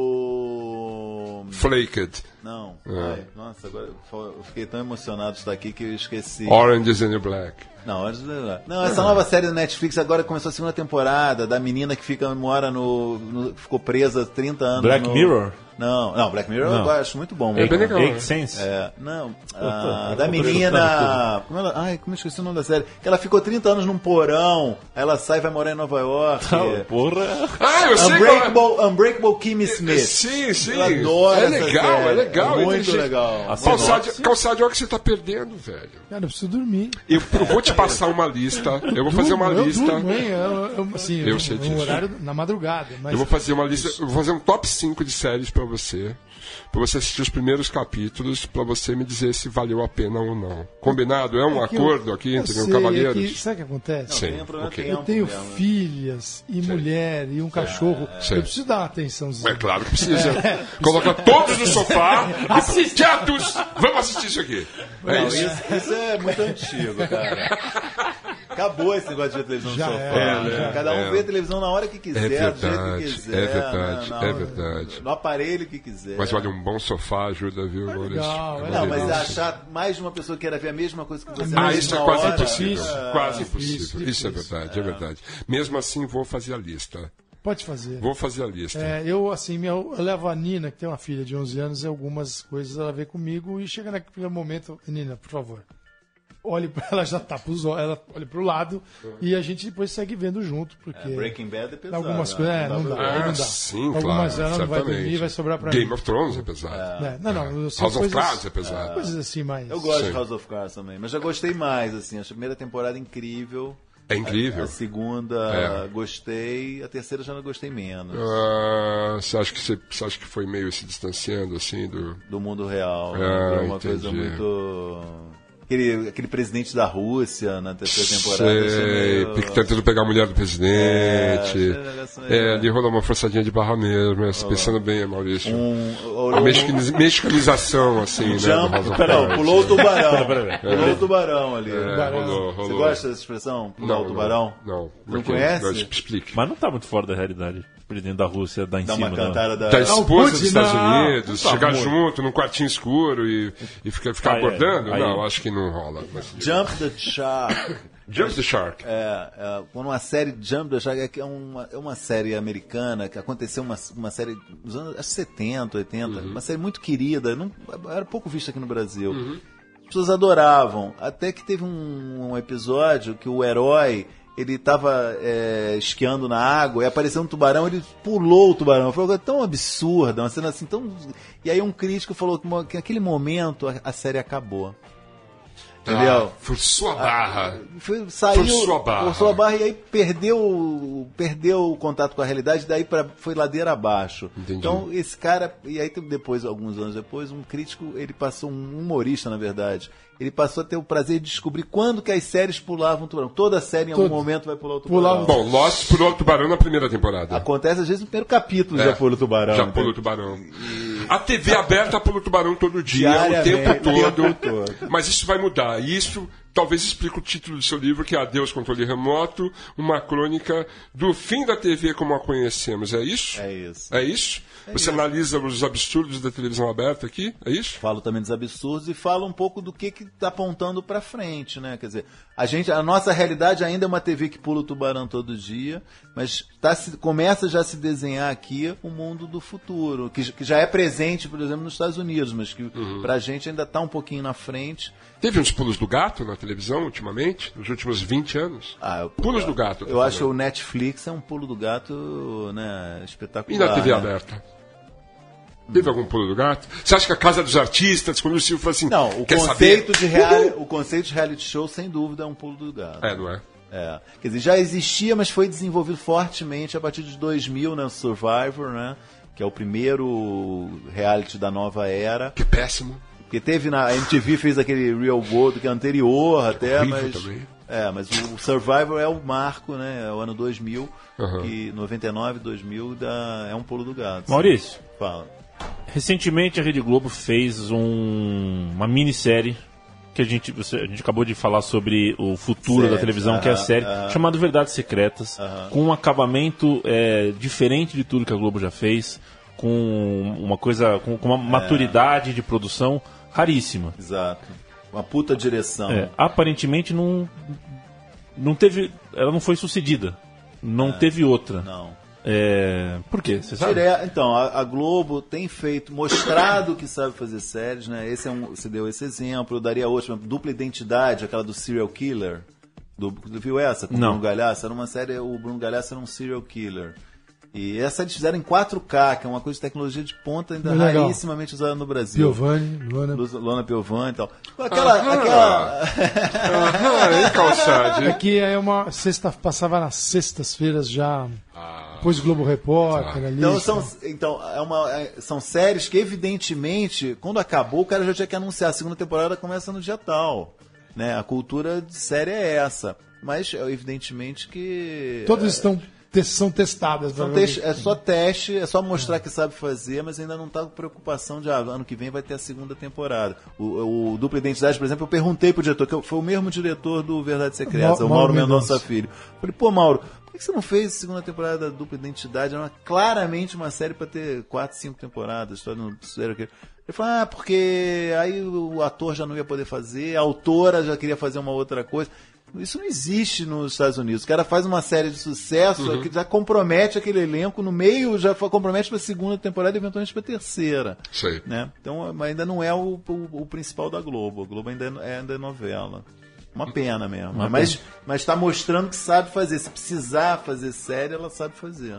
S5: o
S2: Flaked.
S5: não,
S2: É.
S5: ai, nossa, agora eu fiquei tão emocionado de estar aqui que eu esqueci.
S2: Orange is the New Black.
S5: Não, antes de lembrar. Não, essa nova série da Netflix agora começou a segunda temporada da menina que fica mora no, no- ficou presa trinta anos
S3: Black
S5: no-
S3: Mirror?
S5: Não, não, Black Mirror
S3: Não.
S5: eu acho muito bom.
S2: É
S5: muito
S2: bem
S5: bom.
S2: legal.
S3: Eight Sense?
S5: É, não, a,
S3: eu
S5: da
S3: tô
S5: menina. Como ela, ai, como eu esqueci o nome da série? Que ela ficou trinta anos num porão, aí ela sai e vai morar em Nova York.
S3: Ah, porra.
S2: Ah, eu sei qual é.
S5: Unbreakable, Unbreakable Kimmy Smith.
S2: Sim, sim.
S5: Eu adoro
S2: é
S5: essa
S2: legal,
S5: série.
S2: é legal.
S5: É muito
S2: inteligente.
S5: legal.
S3: A
S2: Calçade,
S3: sinopse?
S2: calçade, olha o que você tá perdendo, velho.
S4: Cara, eu preciso dormir.
S2: Eu, eu vou te passar uma lista. Eu vou fazer uma
S4: eu
S2: lista.
S4: Durmo, hein? Eu, eu, assim,
S2: Eu
S4: um-
S2: sei
S4: um
S2: disso.
S4: horário na madrugada. Mas
S2: Eu vou fazer uma lista, eu vou fazer um top cinco de séries pra você, pra você assistir os primeiros capítulos, pra você me dizer se valeu a pena ou não. Combinado? É um
S4: é que eu-
S2: acordo aqui
S4: eu
S2: entre
S4: sei,
S2: cavalheiros?
S4: é que- sabe o que acontece?
S2: Sim,
S5: Tem um problema,
S2: ok.
S5: tem
S4: Eu
S5: um
S4: tenho
S5: problema.
S4: filhas e mulher e um cachorro.
S2: Sei.
S4: Eu preciso dar uma atençãozinha.
S2: É claro que precisa. Coloca todos no sofá e quietos! Vamos assistir isso aqui. É
S5: Não,
S2: isso.
S5: isso, isso é muito antigo, cara. Acabou esse negócio de ver televisão
S4: Já
S5: no sofá.
S4: é,
S5: né?
S2: já
S5: Cada um
S2: é.
S5: vê televisão na hora que quiser,
S2: É
S5: do jeito que
S2: verdade,
S5: quiser.
S2: é verdade,
S5: na-
S2: é
S5: na-
S2: verdade.
S5: No aparelho que quiser.
S2: Mas olha, um bom sofá ajuda, viu, Maurício?
S4: legal, é
S2: uma
S5: Não, mas
S2: delícia.
S5: achar mais de uma pessoa que queira ver a mesma coisa que você
S2: Ah,
S5: na
S2: isso é
S5: mesma
S2: quase
S5: hora,
S2: impossível.
S4: difícil.
S2: Quase
S4: Difícil,
S2: impossível. Isso é
S4: difícil.
S2: verdade, é verdade. Mesmo assim, vou fazer a lista.
S4: Pode fazer.
S2: Vou fazer a lista.
S4: É, eu, assim, minha, eu levo a Nina, que tem uma filha de onze anos, e algumas coisas ela vê comigo e chega naquele momento, Nina, por favor, olhe pra ela, já tapa os olhos, ela olha pro lado e a gente depois segue vendo junto, porque...
S5: É, Breaking Bad é pesado.
S4: Algumas
S5: né?
S4: coisas, é, não dá, aí
S2: Ah,
S4: não dá.
S2: sim,
S4: Algumas
S2: claro,
S4: ela não vai
S2: certamente.
S4: dormir, vai sobrar pra
S2: Game
S4: mim.
S2: of Thrones é pesado.
S4: É, não, não, eu sei
S2: House of
S4: coisas-
S2: Cards é pesado.
S4: Coisas assim, mais...
S5: Eu gosto
S2: Sim.
S5: de House of Cards também, mas já gostei mais, assim. A primeira temporada incrível.
S2: É incrível.
S5: A segunda
S2: É.
S5: gostei, a terceira já não gostei menos.
S2: Ah, você acha que você, você acha que foi meio se distanciando assim do
S5: Do mundo real. né?
S2: Ah,
S5: Virou uma
S2: entendi.
S5: coisa muito. Aquele, aquele presidente da Rússia na terceira temporada. achei
S2: Sei,
S5: meio-
S2: porque tentando pegar a mulher do
S5: É,
S2: presidente.
S5: achei um negócio meio-
S2: É, ali rolou uma forçadinha de barra mesmo, né? Pensando bem, Maurício.
S5: Um,
S2: A mexicaniz- mexicanização, assim, né? do House
S5: Jump,
S2: of
S5: pera,
S2: Cards.
S5: pulou o tubarão.
S3: Pera,
S5: Pulou o tubarão ali.
S2: É, rolou, rolou.
S5: Você gosta dessa expressão? Pular o tubarão?
S2: Não. não.
S5: Não
S2: Porque-
S5: conhece?
S2: não, explique.
S3: Mas não tá muito fora da realidade. O presidente da Rússia dá em
S5: Dá
S3: cima.
S5: uma
S3: da-
S5: cantada da.
S2: Da
S4: Ah, o
S2: esposa
S4: Putin,
S2: dos Estados
S4: não.
S2: Unidos,
S3: Não tá
S2: chegar
S3: muito.
S2: junto num quartinho escuro e, e ficar, ficar
S3: Ah, é.
S2: abordando?
S3: Aí-
S2: Não, acho que não rola. Mas...
S5: Jump the Shark.
S2: Jump the Shark.
S5: É, é, quando uma série Jump the Shark é, que é, uma, é uma série americana que aconteceu uma, uma série nos anos acho setenta, oitenta, uma série muito querida, não, era pouco vista aqui no Brasil. As pessoas adoravam, até que teve um, um episódio que o herói ele estava esquiando na água e apareceu um tubarão, ele pulou o tubarão. Foi uma coisa tão absurda, uma cena assim tão. E aí um crítico falou que mo- que naquele momento a, a série acabou. Entendeu?
S2: Ah, forçou a barra.
S5: Foi, saiu,
S2: Forçou a barra.
S5: forçou a barra e aí perdeu, perdeu o contato com a realidade, daí pra, foi ladeira abaixo.
S2: Entendi.
S5: Então esse cara, e aí depois, alguns anos depois, um crítico, ele passou, um humorista na verdade, ele passou a ter o prazer de descobrir quando que as séries pulavam o tubarão. Toda série em algum
S4: Todo.
S5: momento vai pular o tubarão.
S4: Pulava o
S2: Bom, Lost pulou o tubarão na primeira temporada.
S5: Acontece às vezes no primeiro capítulo
S2: É,
S5: já pula o tubarão.
S2: Já
S5: entendeu?
S2: pula o tubarão. A T V aberta pula o tubarão todo dia, o
S5: Diariamente,
S2: tempo
S5: o
S2: todo.
S5: tempo todo.
S2: Mas isso vai mudar. E isso talvez explique o título do seu livro, que é Adeus, Controle Remoto, uma crônica do fim da T V como a conhecemos. É isso?
S5: É isso.
S2: É isso? Você analisa os absurdos da televisão aberta aqui? É isso?
S5: Falo também dos absurdos e falo um pouco do que que tá apontando pra frente, né? Quer dizer, a gente, a nossa realidade ainda é uma T V que pula o tubarão todo dia, mas tá se, começa já a se desenhar aqui o mundo do futuro, que, que já é presente, por exemplo, nos Estados Unidos, mas que
S2: Uhum.
S5: pra gente ainda tá um pouquinho na frente.
S2: Teve uns pulos do gato na televisão ultimamente, nos últimos vinte anos?
S5: Ah, eu,
S2: Pulos do gato.
S5: Eu acho que o Netflix é um pulo do gato, né, espetacular.
S2: E na T V
S5: né?
S2: aberta? Teve algum pulo do gato? Você acha que a Casa dos Artistas, quando o Silvio falou assim,
S5: Não, o
S2: quer
S5: conceito,
S2: saber?
S5: de reali- o conceito de reality show, sem dúvida, é um pulo do gato.
S2: É, não é?
S5: É. Quer dizer, já existia, mas foi desenvolvido fortemente a partir de dois mil, né? O Survivor, né? Que é o primeiro reality da nova era.
S2: Que péssimo.
S5: Porque teve na. A M T V fez aquele Real World que é anterior até,
S2: horrível
S5: mas.
S2: também.
S5: É, mas o Survivor é o marco, né? É o ano dois mil,
S2: Uhum.
S5: que noventa e nove, dois mil dá, é um pulo do gato.
S3: Maurício,
S5: Fala.
S3: recentemente a Rede Globo fez um- uma minissérie que a gente, você- a gente acabou de falar sobre o futuro
S5: Série,
S3: da televisão, que é a
S5: aham,
S3: série,
S5: aham.
S3: chamada Verdades Secretas, com um acabamento é, diferente de tudo que a Globo já fez, com uma coisa, com, com uma maturidade de produção raríssima.
S5: Exato. Uma puta direção.
S3: É, aparentemente não, não teve, ela não foi sucedida, não teve outra.
S5: Não.
S3: É, por quê? Você sabe?
S5: Dire- Então, a, a Globo tem feito, mostrado que sabe fazer séries, né? Esse é um, você deu esse exemplo, eu daria outro, por exemplo, Dupla Identidade, aquela do Serial Killer. Do, viu essa? Com o
S3: Não.
S5: Bruno Galhaço? Era uma série, o Bruno Galhaço era um serial killer. E essa eles fizeram em quatro K, que é uma coisa de tecnologia de ponta ainda
S4: Muito legal.
S5: raríssimamente usada no Brasil.
S4: Piovani, Luana.
S5: Lu- Luana Piovani e tal. Aquela.
S2: Aham.
S5: aquela...
S2: Aham, hein, Calçade?
S4: Aqui é uma sexta, passava nas sextas-feiras já,
S2: Ah,
S4: depois do Globo Repórter ali.
S5: Então, são, então é uma, é- são séries que, evidentemente, quando acabou, o cara já tinha que anunciar. A segunda temporada começa no dia tal. Né? A cultura de série é essa. Mas, é, evidentemente, que.
S4: Todas estão te- são testadas.
S5: São
S4: provavelmente.
S5: teste- é só teste, é só mostrar que sabe fazer, mas ainda não está com preocupação de ah, ano que vem vai ter a segunda temporada. O, o Dupla Identidade, por exemplo, eu perguntei pro diretor, que foi o mesmo diretor do Verdades Secretas,
S4: Ma-
S5: o Mauro
S4: Mauro
S5: Mendonça
S4: Mendonça.
S5: Filho. Falei, pô, Mauro, por que você não fez a segunda temporada da Dupla Identidade? Era uma- claramente uma série para ter quatro, cinco temporadas. História no sério que ele falou, ah, porque aí o ator já não ia poder fazer, a autora já queria fazer uma outra coisa. Isso não existe nos Estados Unidos. O cara faz uma série de sucesso
S2: Uhum.
S5: que já compromete aquele elenco no meio, já fa- compromete para a segunda temporada e eventualmente para a terceira.
S2: Sei.
S5: Né? Então, mas ainda não é o, o, o principal da Globo. A Globo ainda é, ainda é novela. Uma pena mesmo.
S3: Uma
S5: mas mas está mostrando que sabe fazer. Se precisar fazer série, ela sabe fazer.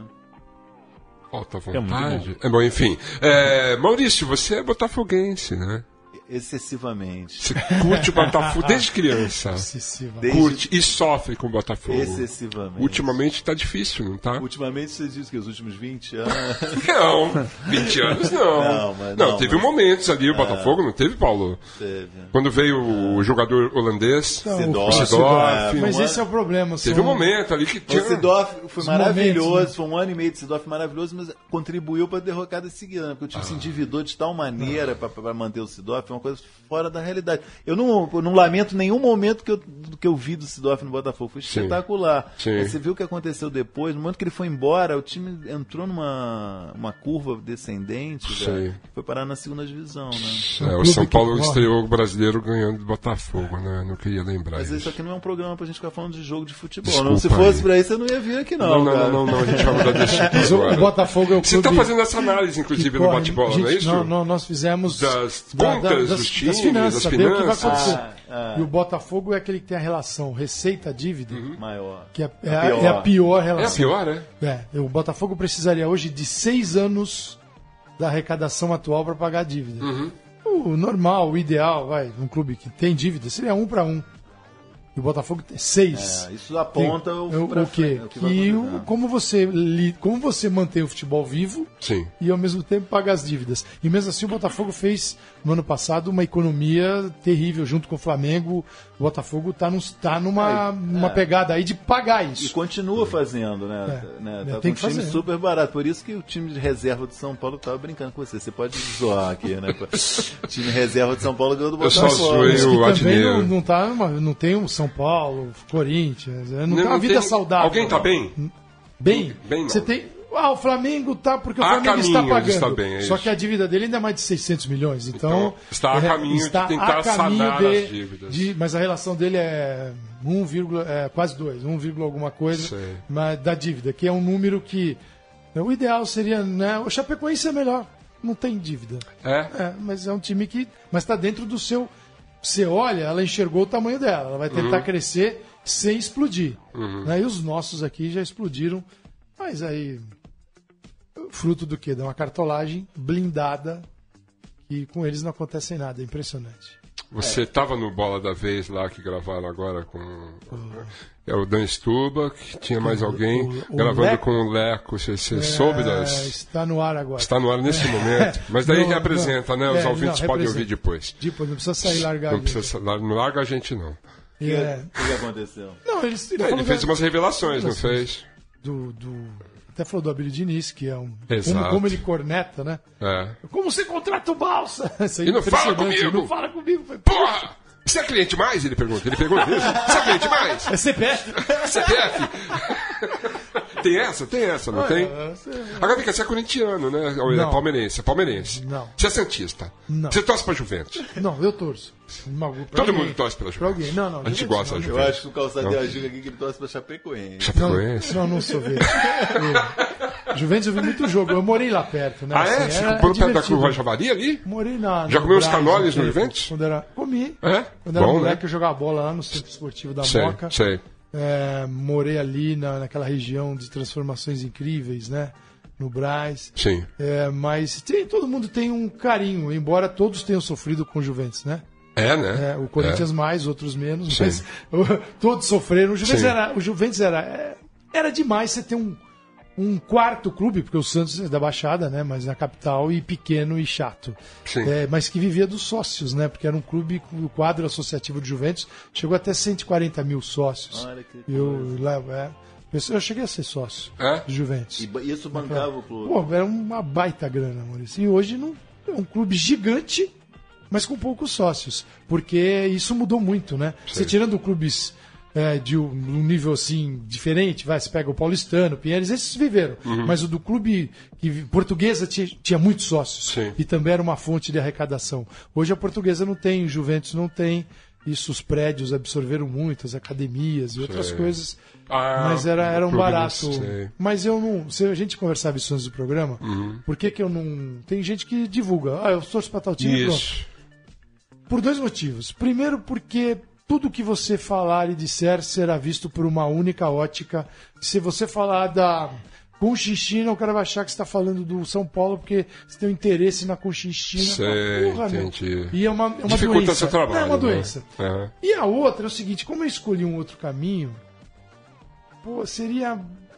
S2: Falta
S3: É muito
S2: vontade. É bom, enfim. É, Maurício, você é botafoguense, né?
S5: Excessivamente.
S2: Você curte o Botafogo desde criança.
S4: Excessiva.
S5: Desde-
S2: Curte e sofre com o Botafogo.
S5: Excessivamente.
S2: Ultimamente tá difícil, não tá?
S5: Ultimamente você diz que os últimos vinte anos.
S2: Não, vinte anos não.
S5: Não, mas
S2: não,
S5: não,
S2: teve
S5: mas-
S2: momentos ali, o Botafogo, não teve, Paulo?
S5: Teve.
S2: Quando veio o jogador holandês,
S4: Não,
S5: Seedorf.
S2: o Seedorf,
S5: É,
S4: Mas
S5: um
S4: esse é o problema.
S2: teve
S4: são-
S2: um momento ali que
S5: O
S2: tinha...
S5: Seedorf foi
S4: Os
S5: maravilhoso,
S4: momentos, né?
S5: foi um ano e meio de Seedorf maravilhoso, mas contribuiu para a derrocada seguinte, né? Porque o time se endividou de tal maneira para manter o Seedorf, foi uma coisa fora da realidade. Eu não, eu não lamento nenhum momento que eu, do que eu vi do Seedorf no Botafogo, foi
S2: Sim.
S5: espetacular.
S2: Sim.
S5: Mas você viu o que aconteceu depois, no momento que ele foi embora, o time entrou numa uma curva descendente,
S2: Sim.
S5: velho, foi parar na segunda divisão, né?
S2: É, o
S4: clube
S2: São
S4: que
S2: Paulo
S4: corre.
S2: estreou o brasileiro ganhando do Botafogo, né? Não queria lembrar
S5: Mas isso
S2: isso.
S5: aqui não é um programa pra gente ficar falando de jogo de futebol.
S2: Desculpa
S5: não, se fosse
S2: aí.
S5: pra isso, eu não ia vir aqui, não.
S2: Não, não,
S5: cara.
S2: não, não, não, a gente vai mudar desse tipo
S4: Mas o, o
S2: agora.
S4: Botafogo é o
S2: Você
S4: clube
S2: está fazendo essa análise,
S4: que
S2: inclusive, no
S4: corre.
S2: bate-bola,
S4: Gente,
S2: não é isso?
S4: Não, não, nós fizemos
S2: Das
S4: da-
S2: contas
S4: da-
S2: dos
S4: das,
S2: times,
S4: das finanças,
S2: das
S4: saber o que vai
S2: finanças.
S4: acontecer.
S5: Ah, ah.
S4: E o Botafogo é aquele que tem a relação receita-dívida,
S5: Maior.
S4: que é, é
S5: A
S4: a,
S5: pior.
S4: é a pior
S2: É a
S4: relação.
S2: pior, né?
S4: É, o Botafogo precisaria hoje de seis anos da arrecadação atual para pagar a dívida.
S2: Uhum.
S4: O normal, o ideal, vai, um clube que tem dívida, seria um para um. E o Botafogo tem seis.
S5: É, isso aponta
S4: Tem-
S5: o,
S4: o,
S5: pra
S4: o quê?
S5: frente, o que vai
S4: Que o-
S5: acontecer.
S4: como, você, li- como você mantém o futebol vivo
S2: Sim.
S4: e ao mesmo tempo paga as dívidas. E mesmo assim o Botafogo fez no ano passado uma economia terrível junto com o Flamengo. O Botafogo está num, tá numa, numa pegada aí de pagar
S5: E
S4: isso.
S5: continua fazendo, né?
S4: É,
S5: né?
S4: é,
S5: Tá com
S4: tem
S5: um
S4: que
S5: time
S4: fazer.
S5: super barato. Por isso que o time de reserva de São Paulo tava brincando com você. Você pode zoar aqui, né? O time reserva de São Paulo ganhou do
S2: Eu só
S5: Botafogo.
S2: zoei
S4: Mas que
S2: o
S4: também
S2: Adnet.
S4: não, não, tá numa- não tem um São Paulo, Corinthians, não,
S2: Não-
S4: tem uma
S2: não
S4: vida
S2: tem-
S4: saudável.
S2: Alguém tá bem?
S4: Bem,
S2: Bem, não.
S4: você tem. Ah, o Flamengo tá porque o
S2: Há
S4: Flamengo está
S2: caminho de
S4: pagando.
S2: estar bem, é
S4: Só
S2: isso.
S4: que a dívida dele ainda é mais de seiscentos milhões. Então,
S2: Então, está a
S4: é,
S2: caminho de
S4: está
S2: tentar
S4: a caminho
S2: sanar
S4: de-
S2: as dívidas.
S4: de- mas a relação dele é um, é, quase dois, um, alguma coisa
S2: Sei.
S4: mas, da dívida, que é um número que o ideal seria, né? O Chapecoense é melhor, não tem dívida.
S2: É?
S4: É, mas é um time que. Mas está dentro do seu. Você olha, ela enxergou o tamanho dela. Ela vai tentar crescer sem explodir. Né? E os nossos aqui já explodiram. Mas aí. Fruto do quê? De uma cartolagem blindada. E com eles não acontece nada. É impressionante.
S2: Você estava no Bola da Vez lá que gravaram agora com. É o Dan Stuba, que tinha mais alguém
S4: o- o
S2: gravando
S4: Leco?
S2: com o Leco. Você, você soube
S4: É,
S2: das.
S4: está no ar agora.
S2: Está no ar nesse momento. Mas daí
S4: Não,
S2: representa,
S4: não.
S2: né? Os
S4: É,
S2: ouvintes
S4: não,
S2: podem
S4: representa.
S2: ouvir depois.
S4: Tipo, não precisa sair largar.
S2: Não precisa. Não larga a gente, não.
S4: E é-
S5: O que que aconteceu?
S4: Não, eles, ele,
S2: Ele
S4: falou
S2: fez
S4: da-
S2: umas revelações, não fez?
S4: do, do- até falou do Abílio Diniz, que é um.
S2: Exato.
S4: Como, como ele corneta, né?
S2: É.
S4: Como você contrata o Balsa? Isso aí
S2: E
S4: é
S2: não fala
S4: impressionante.
S2: comigo!
S4: Não fala comigo. Foi,
S2: Porra! Você é cliente mais? Ele pergunta. Ele pergunta isso. Você é cliente mais?
S4: É C P F?
S2: C P F? Tem essa? Tem essa, não tem?
S4: você-
S2: Agora vem cá, você é corintiano, né? Ou é
S4: Não.
S2: palmeirense? É palmeirense.
S4: Não.
S2: Você é santista?
S4: Não.
S2: Você torce pra Juventus?
S4: Não, eu torço. Uma- pra
S2: Todo
S4: alguém.
S2: mundo torce pela
S4: Pra
S2: Juventus.
S4: alguém. Não, não.
S2: A gente
S4: Juventus
S2: gosta da
S4: não.
S5: Eu
S2: Juventus.
S5: acho que o Calçado deu a dica aqui que ele torce pra Chapecoense.
S2: Chapecoense?
S4: Não, não sou verde. Eu- Juventus eu vi muito jogo. Eu morei lá perto, né?
S2: Ah, é?
S4: Assim,
S2: Você
S4: era
S2: comprou perto da
S4: divertido.
S2: Curva Javari ali?
S4: Morei na.
S2: Já
S4: no
S2: comeu uns
S4: Brás,
S2: canoles
S4: um
S2: no
S4: tempo,
S2: Juventus?
S4: Quando era, comi.
S2: É?
S4: Quando era
S2: Bom,
S4: moleque,
S2: né?
S4: eu jogava bola lá no Centro Esportivo da
S2: Sei,
S4: Moca.
S2: sei.
S4: É, morei ali na, naquela região de transformações incríveis, né? No Brás.
S2: Sim.
S4: É, mas tem, todo mundo tem um carinho, embora todos tenham sofrido com o Juventus, né?
S2: É, né?
S4: É, o Corinthians mais, outros menos,
S2: Sim.
S4: mas o- todos sofreram. O Juventus
S2: Sim.
S4: era, o Juventus era, é, era demais você ter um, um quarto clube, porque o Santos é da Baixada, né? Mas na capital, e pequeno e chato.
S2: Sim.
S4: É, mas que vivia dos sócios, né? Porque era um clube, o quadro associativo do Juventus chegou até cento e quarenta mil sócios.
S5: Olha que
S4: Eu, lá, é, eu, eu cheguei a ser sócio
S2: É?
S4: do Juventus.
S5: E ba- isso bancava o clube.
S4: Pô, era uma baita grana, Maurício. E hoje não, é um clube gigante, mas com poucos sócios. Porque isso mudou muito, né? Você tirando clubes é, de um, um nível assim diferente, vai, você pega o Paulistano, o Pinheiros, esses viveram. Mas o do clube que, portuguesa tinha, tinha muitos sócios.
S2: Sim.
S4: E também era uma fonte de arrecadação. Hoje a portuguesa não tem, o Juventus não tem. isso os prédios absorveram muito, as academias e outras
S2: Sei.
S4: coisas.
S2: Ah,
S4: Mas era, era um
S2: clube,
S4: barato.
S2: sei.
S4: Mas eu não. Se a gente conversava isso antes do programa,
S2: Uhum.
S4: por que, que eu não. Tem gente que divulga. Ah, eu torço pra tal time. Pronto.
S2: Isso.
S4: Por dois motivos. Primeiro, porque tudo que você falar e disser será visto por uma única ótica. Se você falar da Conchinchina, o cara vai achar que você está falando do São Paulo porque você tem um interesse na Conchinchina.
S2: Sei,
S4: Porra, meu.
S2: entendi.
S4: E é uma, é uma
S2: Dificulta
S4: doença.
S2: seu trabalho,
S4: É uma
S2: né?
S4: doença.
S2: Aham.
S4: E a outra é o seguinte, como eu escolhi um outro caminho, pô, seria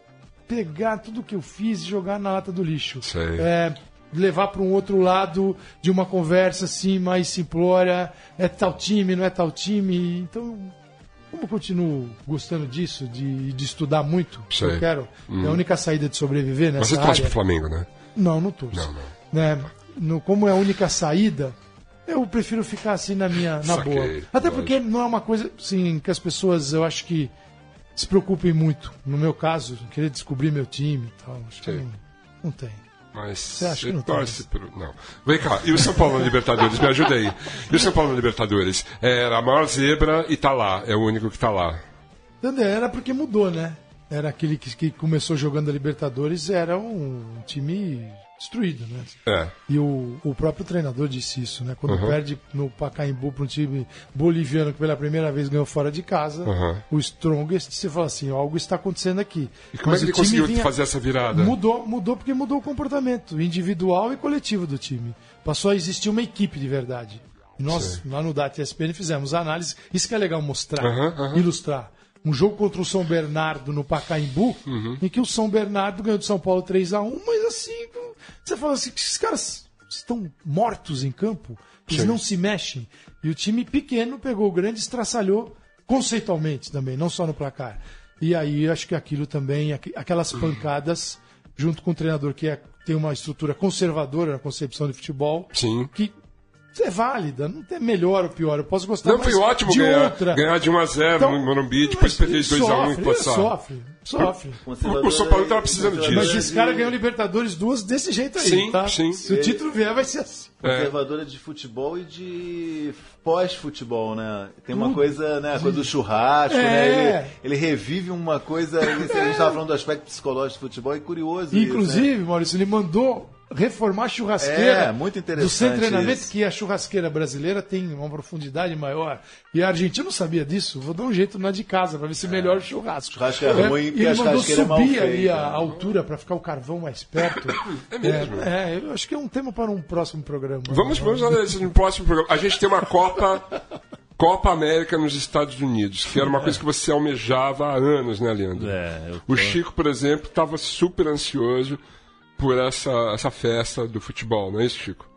S4: pegar tudo que eu fiz e jogar na lata do lixo.
S2: Sei.
S4: É, levar para um outro lado de uma conversa assim mais simplória, é tal time, não é tal time. Então, como eu continuo gostando disso, de, de estudar muito,
S2: Sei.
S4: eu quero, é a única saída de sobreviver
S2: Mas
S4: nessa
S2: você torce
S4: área.
S2: pro Flamengo, né?
S4: Não, não torço.
S2: Não, não.
S4: Né? No, como é a única saída, eu prefiro ficar assim na minha na
S2: Saquei,
S4: boa. Até
S2: lógico.
S4: porque não é uma coisa assim que as pessoas, eu acho que se preocupem muito. No meu caso, querer descobrir meu time e tal. Acho que
S2: Sim.
S4: não, não tem.
S2: Mas
S4: Você acha que não
S2: torce pro... Não. Vem cá, e o São Paulo na Libertadores? Me ajuda aí. E o São Paulo na Libertadores? Era a maior zebra e tá lá. É o único que tá lá.
S4: Então, era porque mudou, né? Era aquele que, que começou jogando a Libertadores, era um time destruído, né?
S2: É.
S4: E o, o próprio treinador disse isso, né? Quando
S2: Uhum.
S4: perde no Pacaembu para um time boliviano que pela primeira vez ganhou fora de casa,
S2: Uhum.
S4: o Strongest, você fala assim, algo está acontecendo aqui.
S2: E como
S4: Mas
S2: é que ele
S4: o time
S2: conseguiu
S4: vinha-
S2: fazer essa virada?
S4: Mudou, mudou porque mudou o comportamento individual e coletivo do time. Passou a existir uma equipe de verdade. E nós, lá no D A T S P N, fizemos análise. Isso que é legal mostrar,
S2: Aham, aham.
S4: ilustrar. Um jogo contra o São Bernardo no Pacaembu,
S2: Uhum.
S4: em que o São Bernardo ganhou do São Paulo três a um, mas assim, você fala assim, que esses caras estão mortos em campo, eles
S2: Sim.
S4: não se mexem. E o time pequeno pegou o grande e estraçalhou conceitualmente também, não só no placar. E aí eu acho que aquilo também, aqu- aquelas pancadas, junto com o treinador que é- tem uma estrutura conservadora na concepção de futebol,
S2: Sim.
S4: que é válida, não tem melhor ou pior. Eu posso gostar
S2: Não,
S4: mais
S2: foi ótimo
S4: de
S2: ganhar,
S4: outra.
S2: ganhar de um a zero
S4: Então,
S2: no Morumbi, depois
S4: mas
S2: perder de dois a um e
S4: sofre,
S2: passar.
S4: Sofre, sofre.
S2: O São Paulo estava precisando disso.
S4: Mas esse cara ganhou Libertadores duas desse jeito aí,
S2: Sim,
S4: tá?
S2: sim.
S4: Se o título vier, vai ser assim.
S5: Conservadora de futebol e de pós-futebol, né? Tem uma
S4: Tudo.
S5: coisa, né? A coisa do churrasco,
S4: É.
S5: né? Ele, ele revive uma coisa. Ele, a gente estava falando do aspecto psicológico do futebol, é curioso. isso,
S4: Inclusive,
S5: né?
S4: Maurício, ele mandou reformar a churrasqueira
S5: É, muito interessante
S4: do centro de treinamento,
S5: isso.
S4: que a churrasqueira brasileira tem uma profundidade maior. E a Argentina não sabia disso. Vou dar um jeito na de casa para ver se melhora o churrasco.
S5: Churrasco é ruim,
S4: e
S5: porque
S4: ele
S5: a
S4: mandou
S5: churrasqueira é mal
S4: subir ali
S5: feita,
S4: a
S5: né?
S4: altura para ficar o carvão mais perto.
S2: É mesmo?
S4: É, é, eu acho que é um tema para um próximo programa.
S2: Vamos, vamos analisar no próximo programa. A gente tem uma Copa, Copa América nos Estados Unidos, que era uma coisa que você almejava há anos, né, Leandro?
S3: É, eu
S2: O Chico, por exemplo, estava super ansioso por essa, essa festa do futebol, não é isso, Chico?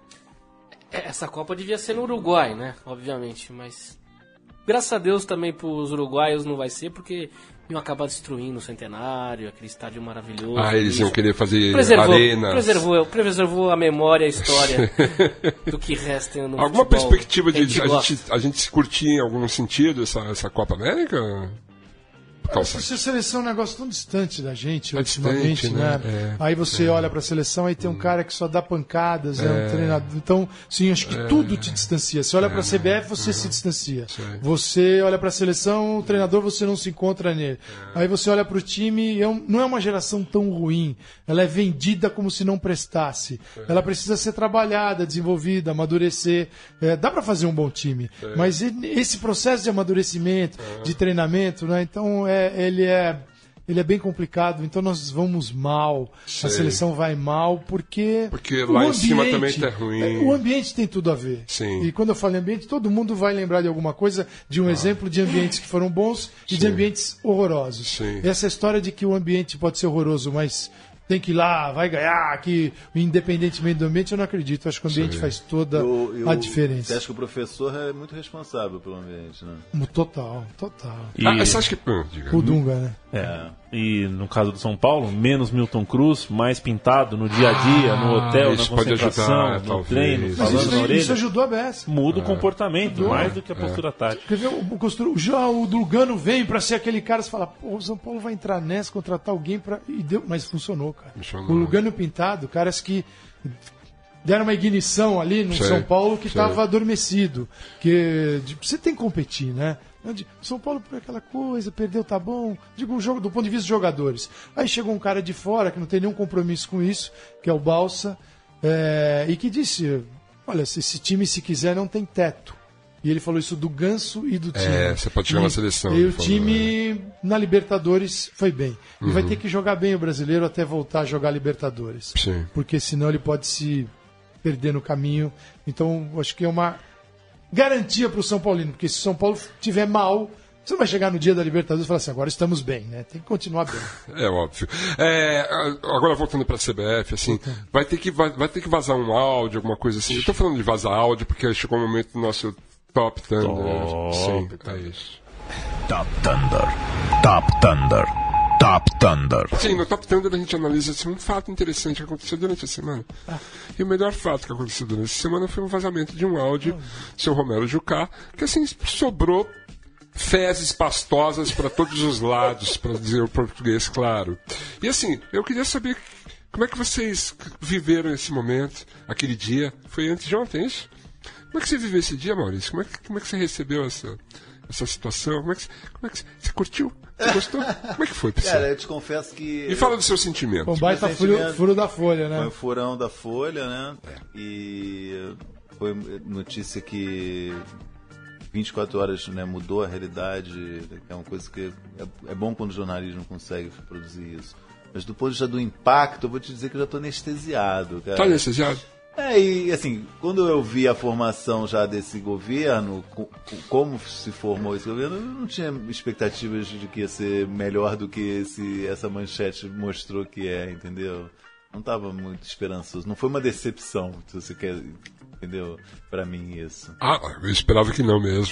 S7: É, essa Copa devia ser no Uruguai, né? Obviamente, mas graças a Deus também pros uruguaios não vai ser, porque iam acabar destruindo o Centenário, aquele estádio maravilhoso.
S2: Ah, eles iam
S7: Isso.
S2: querer fazer
S7: preservou,
S2: arenas.
S7: preservou, preservou a memória e a história do que resta no
S2: Alguma
S7: futebol.
S2: perspectiva de
S7: A gente
S2: a
S7: gosta.
S2: gente, a gente se curtir em algum sentido essa, essa Copa América? Calça.
S4: Se a seleção é um negócio tão distante da gente,
S2: É
S4: ultimamente,
S2: distante,
S4: né?
S2: né? É,
S4: Aí você olha pra seleção, aí tem um cara que só dá pancadas, é, um treinador. Então, sim, acho que tudo te distancia. Você olha pra C B F, você se distancia. Você olha pra seleção, o treinador, você não se encontra nele. Aí você olha pro time, é um- não é uma geração tão ruim. Ela é vendida como se não prestasse. Ela precisa ser trabalhada, desenvolvida, amadurecer. É, dá pra fazer um bom time. Mas ele- esse processo de amadurecimento, de treinamento, né? Então, é, ele é. Ele é bem complicado, então nós vamos mal,
S2: Sei.
S4: a seleção vai mal, porque.
S2: Porque
S4: o
S2: lá em cima
S4: ambiente-
S2: também tá ruim.
S4: é, O ambiente tem tudo a ver.
S2: Sim.
S4: E quando eu falo em ambiente, todo mundo vai lembrar de alguma coisa, de um exemplo de ambientes que foram bons e de ambientes horrorosos.
S2: Sim.
S4: Essa história de que o ambiente pode ser horroroso, mas tem que ir lá, vai ganhar, que independentemente do ambiente, eu não acredito. Acho que o ambiente faz toda
S5: Eu- eu-
S4: a
S5: Você
S4: diferença.
S5: acha que o professor é muito responsável pelo ambiente, né?
S4: Total, total.
S3: E,
S2: Ah, você acha que... Ah, diga.
S4: O Dunga, né?
S3: é, e no caso do São Paulo, menos Milton Cruz, mais pintado no dia a dia, no hotel, na
S2: isso pode
S3: concentração,
S2: ajudar,
S3: no
S2: talvez.
S3: treino,
S2: Mas
S4: Mas
S3: falando
S4: isso,
S3: na orelha.
S4: isso ajudou a Beça.
S3: Muda o comportamento, mais do que a postura tática.
S4: Quer ver, o, o, costuro- já o Lugano vem pra ser aquele cara, você fala, pô, o São Paulo vai entrar nessa, contratar alguém pra. E deu, mas funcionou, cara.
S2: Funcionou.
S4: O Lugano pintado, caras que deram uma ignição ali no
S2: Sei,
S4: São Paulo que
S2: sei.
S4: estava adormecido. Que de- você tem que competir, né? De- São Paulo por aquela coisa, perdeu, tá bom. Digo, um jogo do ponto de vista dos jogadores. Aí chegou um cara de fora que não tem nenhum compromisso com isso, que é o Balsa, é, e que disse: olha, se esse time, se quiser, não tem teto. E ele falou isso do Ganso e do time.
S2: É, você pode chegar
S4: E-
S2: na seleção,
S4: E
S2: ele
S4: o
S2: falou,
S4: time na Libertadores foi bem. E
S2: Uhum.
S4: vai ter que jogar bem o brasileiro até voltar a jogar Libertadores.
S2: Sim.
S4: Porque senão ele pode se perder no caminho. Então, acho que é uma garantia para o São Paulino. Porque se o São Paulo estiver mal, você não vai chegar no dia da Libertadores e falar assim, agora estamos bem, né? Tem que continuar bem.
S2: É óbvio. É, agora voltando para a C B F, assim, vai ter, que, vai, vai ter que vazar um áudio, alguma coisa assim. Eu estou falando de vazar áudio porque chegou o momento do nosso Top Thunder.
S3: Top
S2: Sim, é isso.
S8: Top Thunder. Top Thunder. Top Thunder.
S2: Sim, no Top Thunder a gente analisa assim, um fato interessante que aconteceu durante a semana. E o melhor fato que aconteceu durante a semana foi um vazamento de um áudio do seu Romero Jucá, que assim sobrou fezes pastosas para todos os lados, para dizer o português claro. E assim, eu queria saber como é que vocês viveram esse momento, aquele dia. Foi antes de ontem, é isso? Como é que você viveu esse dia, Maurício? Como é que, como é que você recebeu essa, essa situação? Como é que, você- como é que você, você curtiu? Você gostou? Como é que foi pra você?
S5: Cara, eu te confesso que.
S2: E fala do seu sentimento.
S4: Bom, baita
S5: Meu
S4: furo,
S5: sentimento-
S4: furo da Folha,
S5: Foi um
S4: né?
S5: furão da Folha, né? E foi notícia que vinte e quatro horas, né, mudou a realidade. É uma coisa que é, é bom quando o jornalismo consegue produzir isso. Mas do ponto de vista do impacto, eu vou te dizer que eu já estou anestesiado, cara.
S2: Tá anestesiado?
S5: É, e assim, quando eu vi a formação já desse governo, co- co- como se formou esse governo, eu não tinha expectativas de que ia ser melhor do que esse, essa manchete mostrou que é, entendeu? Não estava muito esperançoso. Não foi uma decepção, se você quer, entendeu? Pra mim, isso.
S2: Ah, eu esperava que não mesmo.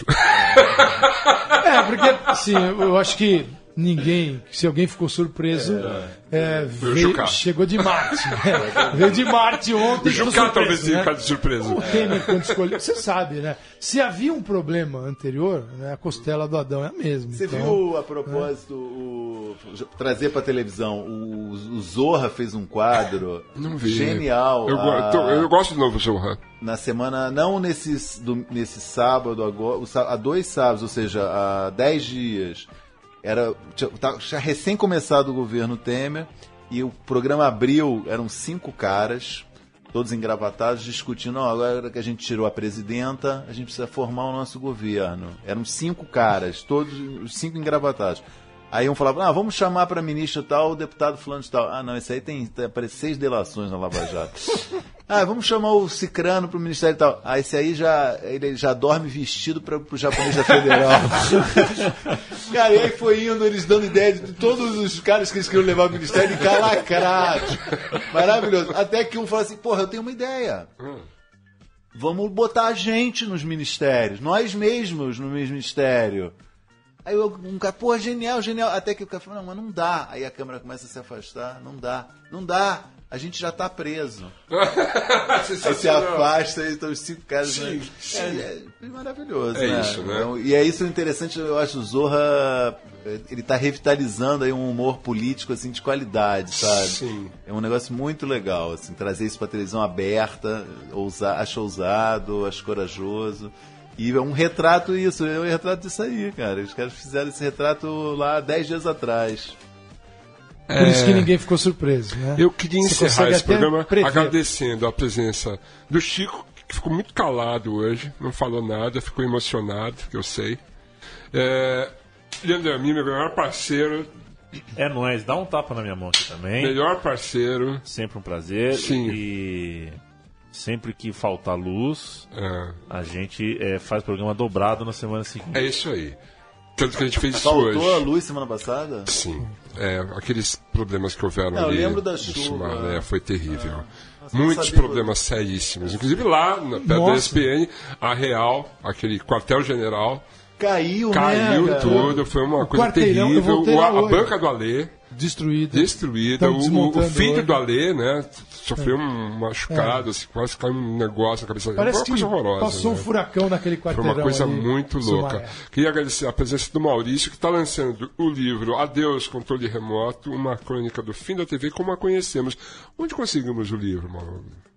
S4: É, porque, assim, eu eu acho que ninguém, se alguém ficou surpreso, é, veio-
S2: Jucá.
S4: chegou de Marte. né? Veio de Marte ontem.
S2: O
S4: ficou
S2: Jucá
S4: surpreso,
S2: talvez tenha
S4: né?
S2: ficado de surpresa.
S4: O Temer, quando escolheu, você sabe, né? Se havia um problema anterior, né, a costela do Adão é a mesma.
S5: Você
S4: então,
S5: viu, a propósito, o, trazer pra televisão, o, o Zorra fez um quadro
S2: Não vi.
S5: genial.
S2: Eu, go-
S5: a-
S2: tô- eu gosto do novo Zorra.
S5: na semana, não nesse, do, nesse sábado, agora, o sá- há dois sábados, ou seja, há dez dias, era, tinha, tá- tinha recém começado o governo Temer, e o programa abriu, eram cinco caras, todos engravatados, discutindo, ó, agora que a gente tirou a presidenta, a gente precisa formar o nosso governo. Eram cinco caras, todos os cinco engravatados. Aí um falava, ah, vamos chamar para ministro tal, o deputado fulano de tal. Ah, não, esse aí tem, tem aparece seis delações na Lava Jato. Ah, vamos chamar o Cicrano pro ministério e tal. Ah, esse aí já, ele já dorme vestido para pro japonês da Federal. Cara, e aí foi indo, eles dando ideia de todos os caras que eles queriam levar ao ministério e calacrados. Maravilhoso. Até que um falou assim, porra, eu tenho uma ideia. Vamos botar a gente nos ministérios, nós mesmos no ministério. Aí eu, um cara, pô, genial, genial. Até que o cara falou, não, mas não dá. Aí a câmera começa a se afastar, não dá, não dá. A gente já tá preso. Aí se afasta, aí estão os cinco caras.
S2: Sim,
S5: né?
S2: sim.
S5: É, é maravilhoso,
S2: É
S5: né?
S2: isso, né?
S5: Então, e é isso interessante, eu acho o Zorra, ele tá revitalizando aí um humor político, assim, de qualidade, sabe?
S2: Sim.
S5: É um negócio muito legal, assim, trazer isso pra televisão aberta, ousa, acho ousado, acho corajoso. E é um retrato isso, é um retrato disso aí, cara. Os caras fizeram esse retrato lá dez dias atrás.
S4: Por isso que ninguém ficou surpreso, né?
S2: Eu queria
S4: Você
S2: encerrar
S4: consegue
S2: esse
S4: até
S2: programa
S4: prever.
S2: agradecendo a presença do Chico, que ficou muito calado hoje, não falou nada, ficou emocionado, que eu sei. É, Leandro Amin, meu melhor parceiro,
S3: É nóis, dá um tapa na minha mão aqui também.
S2: melhor parceiro.
S3: Sempre um prazer.
S2: Sim.
S3: E sempre que faltar luz,
S2: É,
S3: a gente é, faz programa dobrado na semana seguinte.
S2: é isso aí. Tanto que a gente fez isso
S5: Faltou
S2: hoje.
S5: a luz semana passada?
S2: Sim. É, aqueles problemas que houveram
S5: Não, eu
S2: ali.
S5: lembro da
S2: no
S5: chuva.
S2: Sumaré, foi terrível.
S5: Nossa, não
S2: Muitos
S5: sabia.
S2: problemas seríssimos. Inclusive lá, na, perto da
S4: Nossa.
S2: E S P N, a Real, aquele quartel-general,
S5: Caiu,
S2: caiu
S5: né? cara?
S2: tudo. Foi uma coisa
S4: quarteirão, eu
S2: terrível.
S4: voltei
S2: O-
S4: lá
S2: a, a
S4: hoje.
S2: banca do Alê,
S4: Destruída.
S2: destruída.
S4: Tão
S2: O, o
S4: desmontando
S2: filho
S4: hoje.
S2: do Alê, né, sofreu um machucado, assim, quase caiu um negócio na cabeça dele.
S4: Parece
S2: Foi uma
S4: que
S2: coisa horrorosa.
S4: passou
S2: né?
S4: um furacão naquele
S2: Foi
S4: quarteirão.
S2: uma coisa
S4: ali,
S2: muito
S4: Sumaré.
S2: louca. Queria agradecer a presença do Maurício, que está lançando o livro Adeus, Controle Remoto, uma crônica do fim da T V como a conhecemos. Onde conseguimos o livro, Maurício?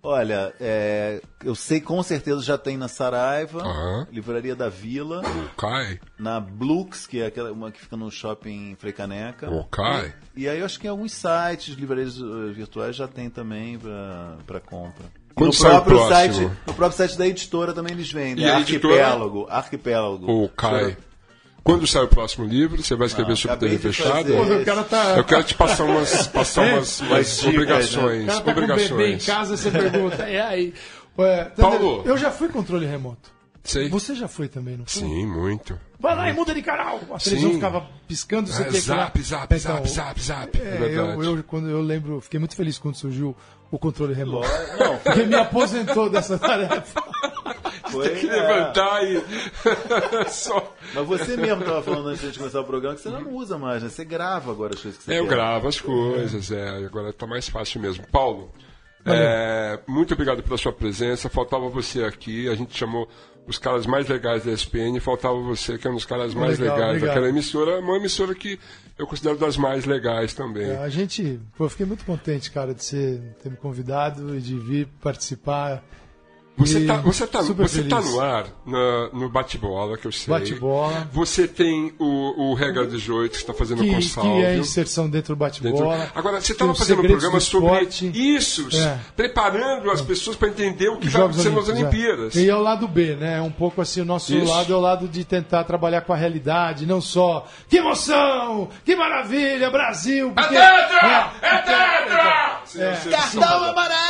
S5: Olha, é, eu sei com certeza já tem na Saraiva,
S2: Aham.
S5: Livraria da Vila,
S2: Ok.
S5: na Blux, que é aquela uma que fica no shopping Frei Caneca.
S2: Ok.
S5: E aí eu acho que em alguns sites, livrarias uh, virtuais já tem também para compra. E
S2: Quando
S5: no
S2: sai o
S5: próprio
S2: próximo?
S5: site, no próprio site da editora também eles vendem.
S2: E a
S5: Arquipélago, Arquipélago.
S2: Ok. Quando sai o próximo livro, você vai escrever
S5: Não,
S2: sobre
S5: acabei
S2: T V
S5: de
S2: fechado?
S5: fazer.
S4: Pô, o cara tá.
S2: Eu quero te passar umas, passar umas, umas
S5: dicas,
S2: obrigações.
S4: O cara tá com um bebê em
S2: obrigações.
S4: casa, você pergunta. E aí? Ué, Thunder,
S2: Paulo.
S4: eu já fui controle remoto.
S2: Sei.
S4: Você já foi também, não foi?
S2: Sim, muito.
S4: Vai lá e muda de canal. A televisão
S2: Sim.
S4: ficava piscando, você
S2: É,
S4: tinha que ir lá.
S2: zap, zap,
S4: Então,
S2: zap, zap, zap. É
S4: É,
S2: verdade.
S4: eu, eu, quando eu lembro, fiquei muito feliz quando surgiu o controle remoto.
S5: Não,
S4: Porque me aposentou dessa tarefa.
S5: foi,
S2: Tem que
S5: é,
S2: levantar e... Só...
S5: Mas você mesmo estava falando antes de começar o programa que você não usa mais, né? Você grava agora as coisas que você
S2: É, eu
S5: quer.
S2: gravo as coisas, é. Agora tá mais fácil mesmo. Paulo, é, muito obrigado pela sua presença. Faltava você aqui. A gente chamou os caras mais legais da E S P N. Faltava você, que é um dos caras mais
S4: Legal,
S2: legais
S4: obrigado.
S2: daquela emissora. Uma emissora que eu considero das mais legais também.
S4: É, a gente, pô, eu fiquei muito contente, cara, de você ter me convidado e de vir participar.
S2: Você
S4: E
S2: tá, você tá,
S4: super
S2: você tá
S4: feliz.
S2: no ar na- no bate-bola, que eu sei.
S4: Bate-bola.
S2: Você tem o, o Regra dezoito, que você está fazendo
S4: Que,
S2: com o
S4: que
S2: Sálvio.
S4: é inserção dentro do
S2: Dentro-
S4: bate-bola.
S2: Agora, você
S4: Tem
S2: estava
S4: os
S2: fazendo um
S4: segredos
S2: programa
S4: do
S2: sobre
S4: esporte.
S2: isso,
S4: É.
S2: preparando as pessoas para entender o que
S4: Os
S2: vai
S4: Jogos
S2: acontecer nas
S4: Olímpicos, é.
S2: Olimpíadas.
S4: E é o lado B, né? É um pouco assim, o nosso
S2: Isso.
S4: lado é o lado de tentar trabalhar com a realidade, não só que emoção, que maravilha, Brasil. Porque,
S2: tetra!
S4: É,
S2: É tetra!
S4: É.
S2: Sim, sim.
S5: Cartão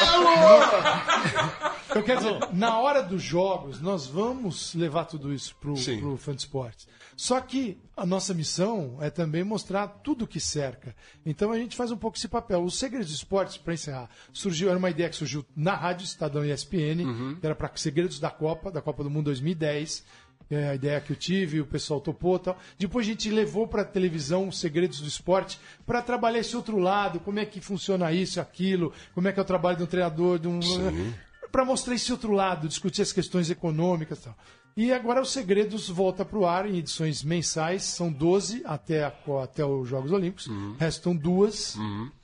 S5: amarelo!
S4: Eu quero dizer, na hora dos jogos, nós vamos levar tudo isso pro,
S2: Sim.
S4: pro fã de esportes. Só que a nossa missão é também mostrar tudo que cerca. Então a gente faz um pouco esse papel. Os Segredos do Esportes, para encerrar, surgiu, era uma ideia que surgiu na Rádio Estadão e E S P N,
S2: Uhum.
S4: que era para Segredos da Copa, da Copa do Mundo dois mil e dez. É a ideia que eu tive, o pessoal topou e tal. Depois a gente levou para a televisão os Segredos do Esporte para trabalhar esse outro lado, como é que funciona isso, aquilo, como é que é o trabalho de um treinador, de um... para mostrar esse outro lado, discutir as questões econômicas e tal. E agora os Segredos volta para o ar em edições mensais, são doze até, a, até os Jogos Olímpicos, restam duas.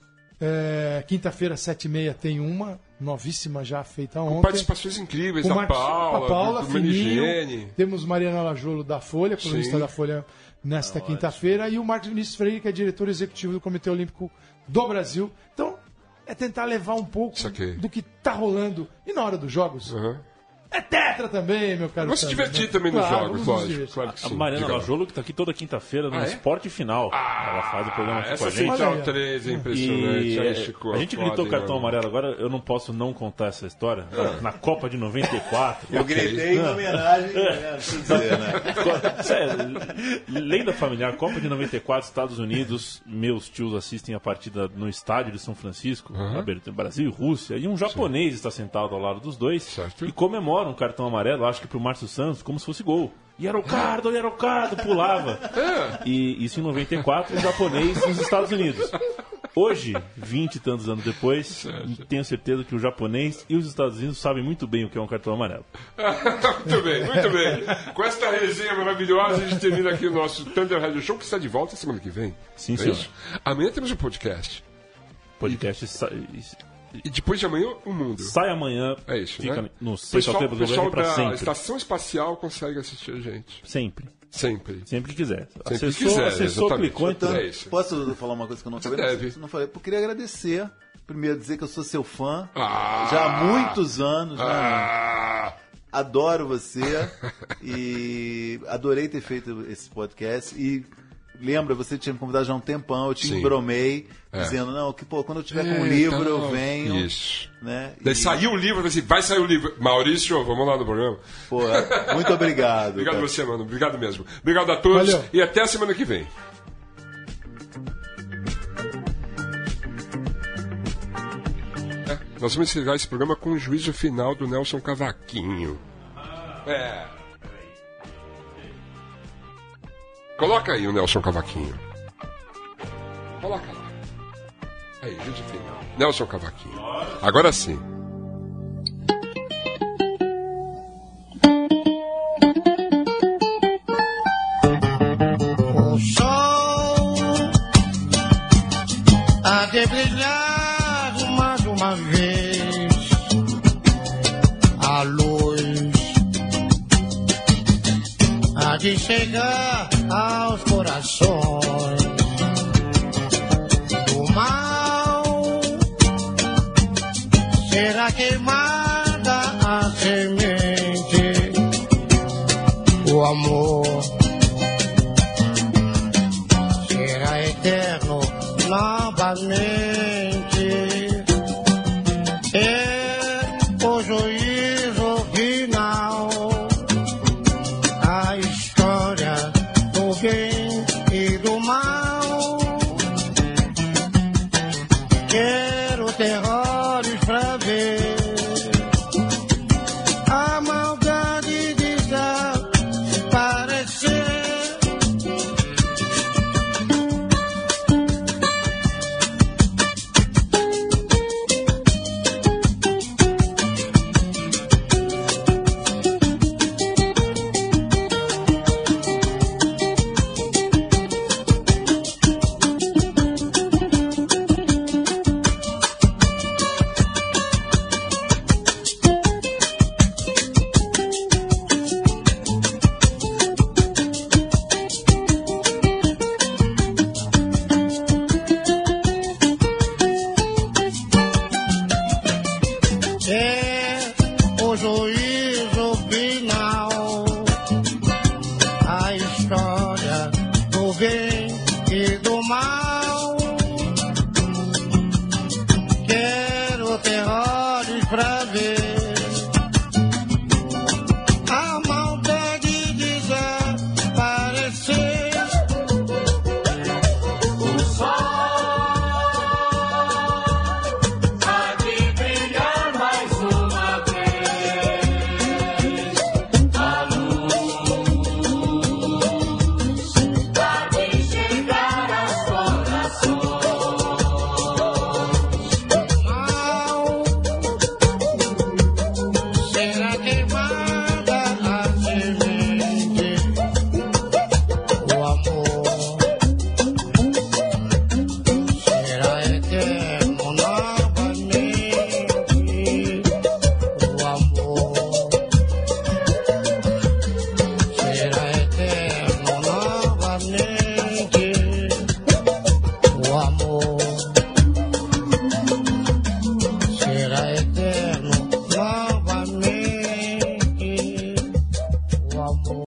S4: É, quinta-feira, sete e meia, tem uma, novíssima já feita ontem.
S2: Participações incríveis
S4: Com
S2: da
S4: Marcos-
S2: Paula,
S4: a Paula,
S2: do, do
S4: Fininho,
S2: Meligeni.
S4: temos Mariana Lajolo da Folha, colunista
S2: Sim.
S4: da Folha nesta quinta-feira, e o Marcos Vinícius Freire, que é diretor executivo do Comitê Olímpico do Brasil. Então, é tentar levar um pouco
S2: Saquei.
S4: do que tá rolando. E na hora dos jogos,
S2: Uhum.
S4: é tetra também, meu caro.
S2: Vamos se
S4: Sandro,
S2: divertir
S4: né?
S2: também nos
S4: Claro,
S2: jogos,
S4: vamos nos
S2: lógico.
S4: divertir.
S2: Claro que
S3: A
S2: sim.
S3: Mariana
S2: Diga lá.
S3: Lajolo, que tá aqui toda quinta-feira no
S2: Ah, é?
S3: Esporte Final. Ela faz o programa aqui com
S2: Essa
S3: a gente.
S4: Olha
S2: Central
S4: aí, ó.
S2: três é impressionante.
S3: E
S2: Aí,
S3: é,
S2: Chico,
S3: a gente
S2: foda,
S3: gritou
S2: hein,
S3: cartão
S2: mano?
S3: amarelo agora, eu não posso não contar essa história. Na, na Copa de noventa e quatro.
S5: Eu gritei em homenagem, né? Deixa eu dizer, né?
S3: Co- Sério, lenda familiar, Copa de noventa e quatro, Estados Unidos, meus tios assistem a partida no estádio de São Francisco, abertura Brasil e Rússia, e um japonês está sentado ao lado dos dois
S2: Certo.
S3: e comemora um cartão amarelo, acho que pro Márcio Santos, como se fosse gol. E era o Cardo, e era o Cardo, pulava. E isso em noventa e quatro, um japonês nos Estados Unidos. Hoje, vinte e tantos anos depois, tenho certeza que o japonês e os Estados Unidos sabem muito bem o que é um cartão amarelo.
S2: Muito bem, muito bem. Com esta resenha maravilhosa, a gente termina aqui o nosso Thunder Radio Show, que está de volta semana que vem.
S3: Sim,
S2: É
S3: senhor.
S2: isso? Amanhã temos o podcast.
S3: Podcast sa-
S2: E depois de amanhã, o mundo.
S3: sai amanhã,
S2: É isso,
S3: fica
S2: né?
S3: no
S2: O
S3: Central
S2: pessoal,
S3: Tempo do
S2: pessoal
S3: Governo para
S2: da
S3: sempre.
S2: Estação Espacial consegue assistir a gente.
S3: Sempre.
S2: Sempre.
S3: Sempre que quiser.
S2: que
S3: acessou,
S2: quiser,
S3: acessou
S2: exatamente.
S3: clicou, então.
S2: É isso.
S5: Posso falar uma coisa que eu não falei?
S2: deve.
S5: Não, não falei. Eu queria agradecer. Primeiro, dizer que eu sou seu fã.
S2: Ah!
S5: Já há muitos anos, né?
S2: Ah!
S5: Adoro você. E adorei ter feito esse podcast. E lembra, você tinha me convidado já há um tempão. Eu te
S2: Sim.
S5: embromei,
S2: É.
S5: dizendo, não, que pô, quando eu tiver com um
S2: É,
S5: livro,
S2: então,
S5: eu venho.
S2: Isso.
S5: Né?
S2: Daí
S5: E,
S2: saiu o livro, eu falei assim, vai sair o livro. Maurício, vamos lá no programa.
S5: pô, muito obrigado.
S2: Obrigado
S5: cara.
S2: você, mano. Obrigado mesmo. Obrigado a todos
S4: Valeu.
S2: e até a semana que vem. É, nós vamos encerrar esse programa com o juízo final do Nelson Cavaquinho. É. Coloca aí o Nelson Cavaquinho. Coloca lá. Aí, juízo final. Nelson Cavaquinho. Agora sim.
S6: O sol há de brilhar mais uma vez de chegar aos corações do mal, será queimada a semente, o amor será eterno novamente. É o juízo final, a história do bem e do mal. Quero terrores pra ver a maldade desaparecer. É o juízo final, a história do bem e do mal. Quero terrores pra ver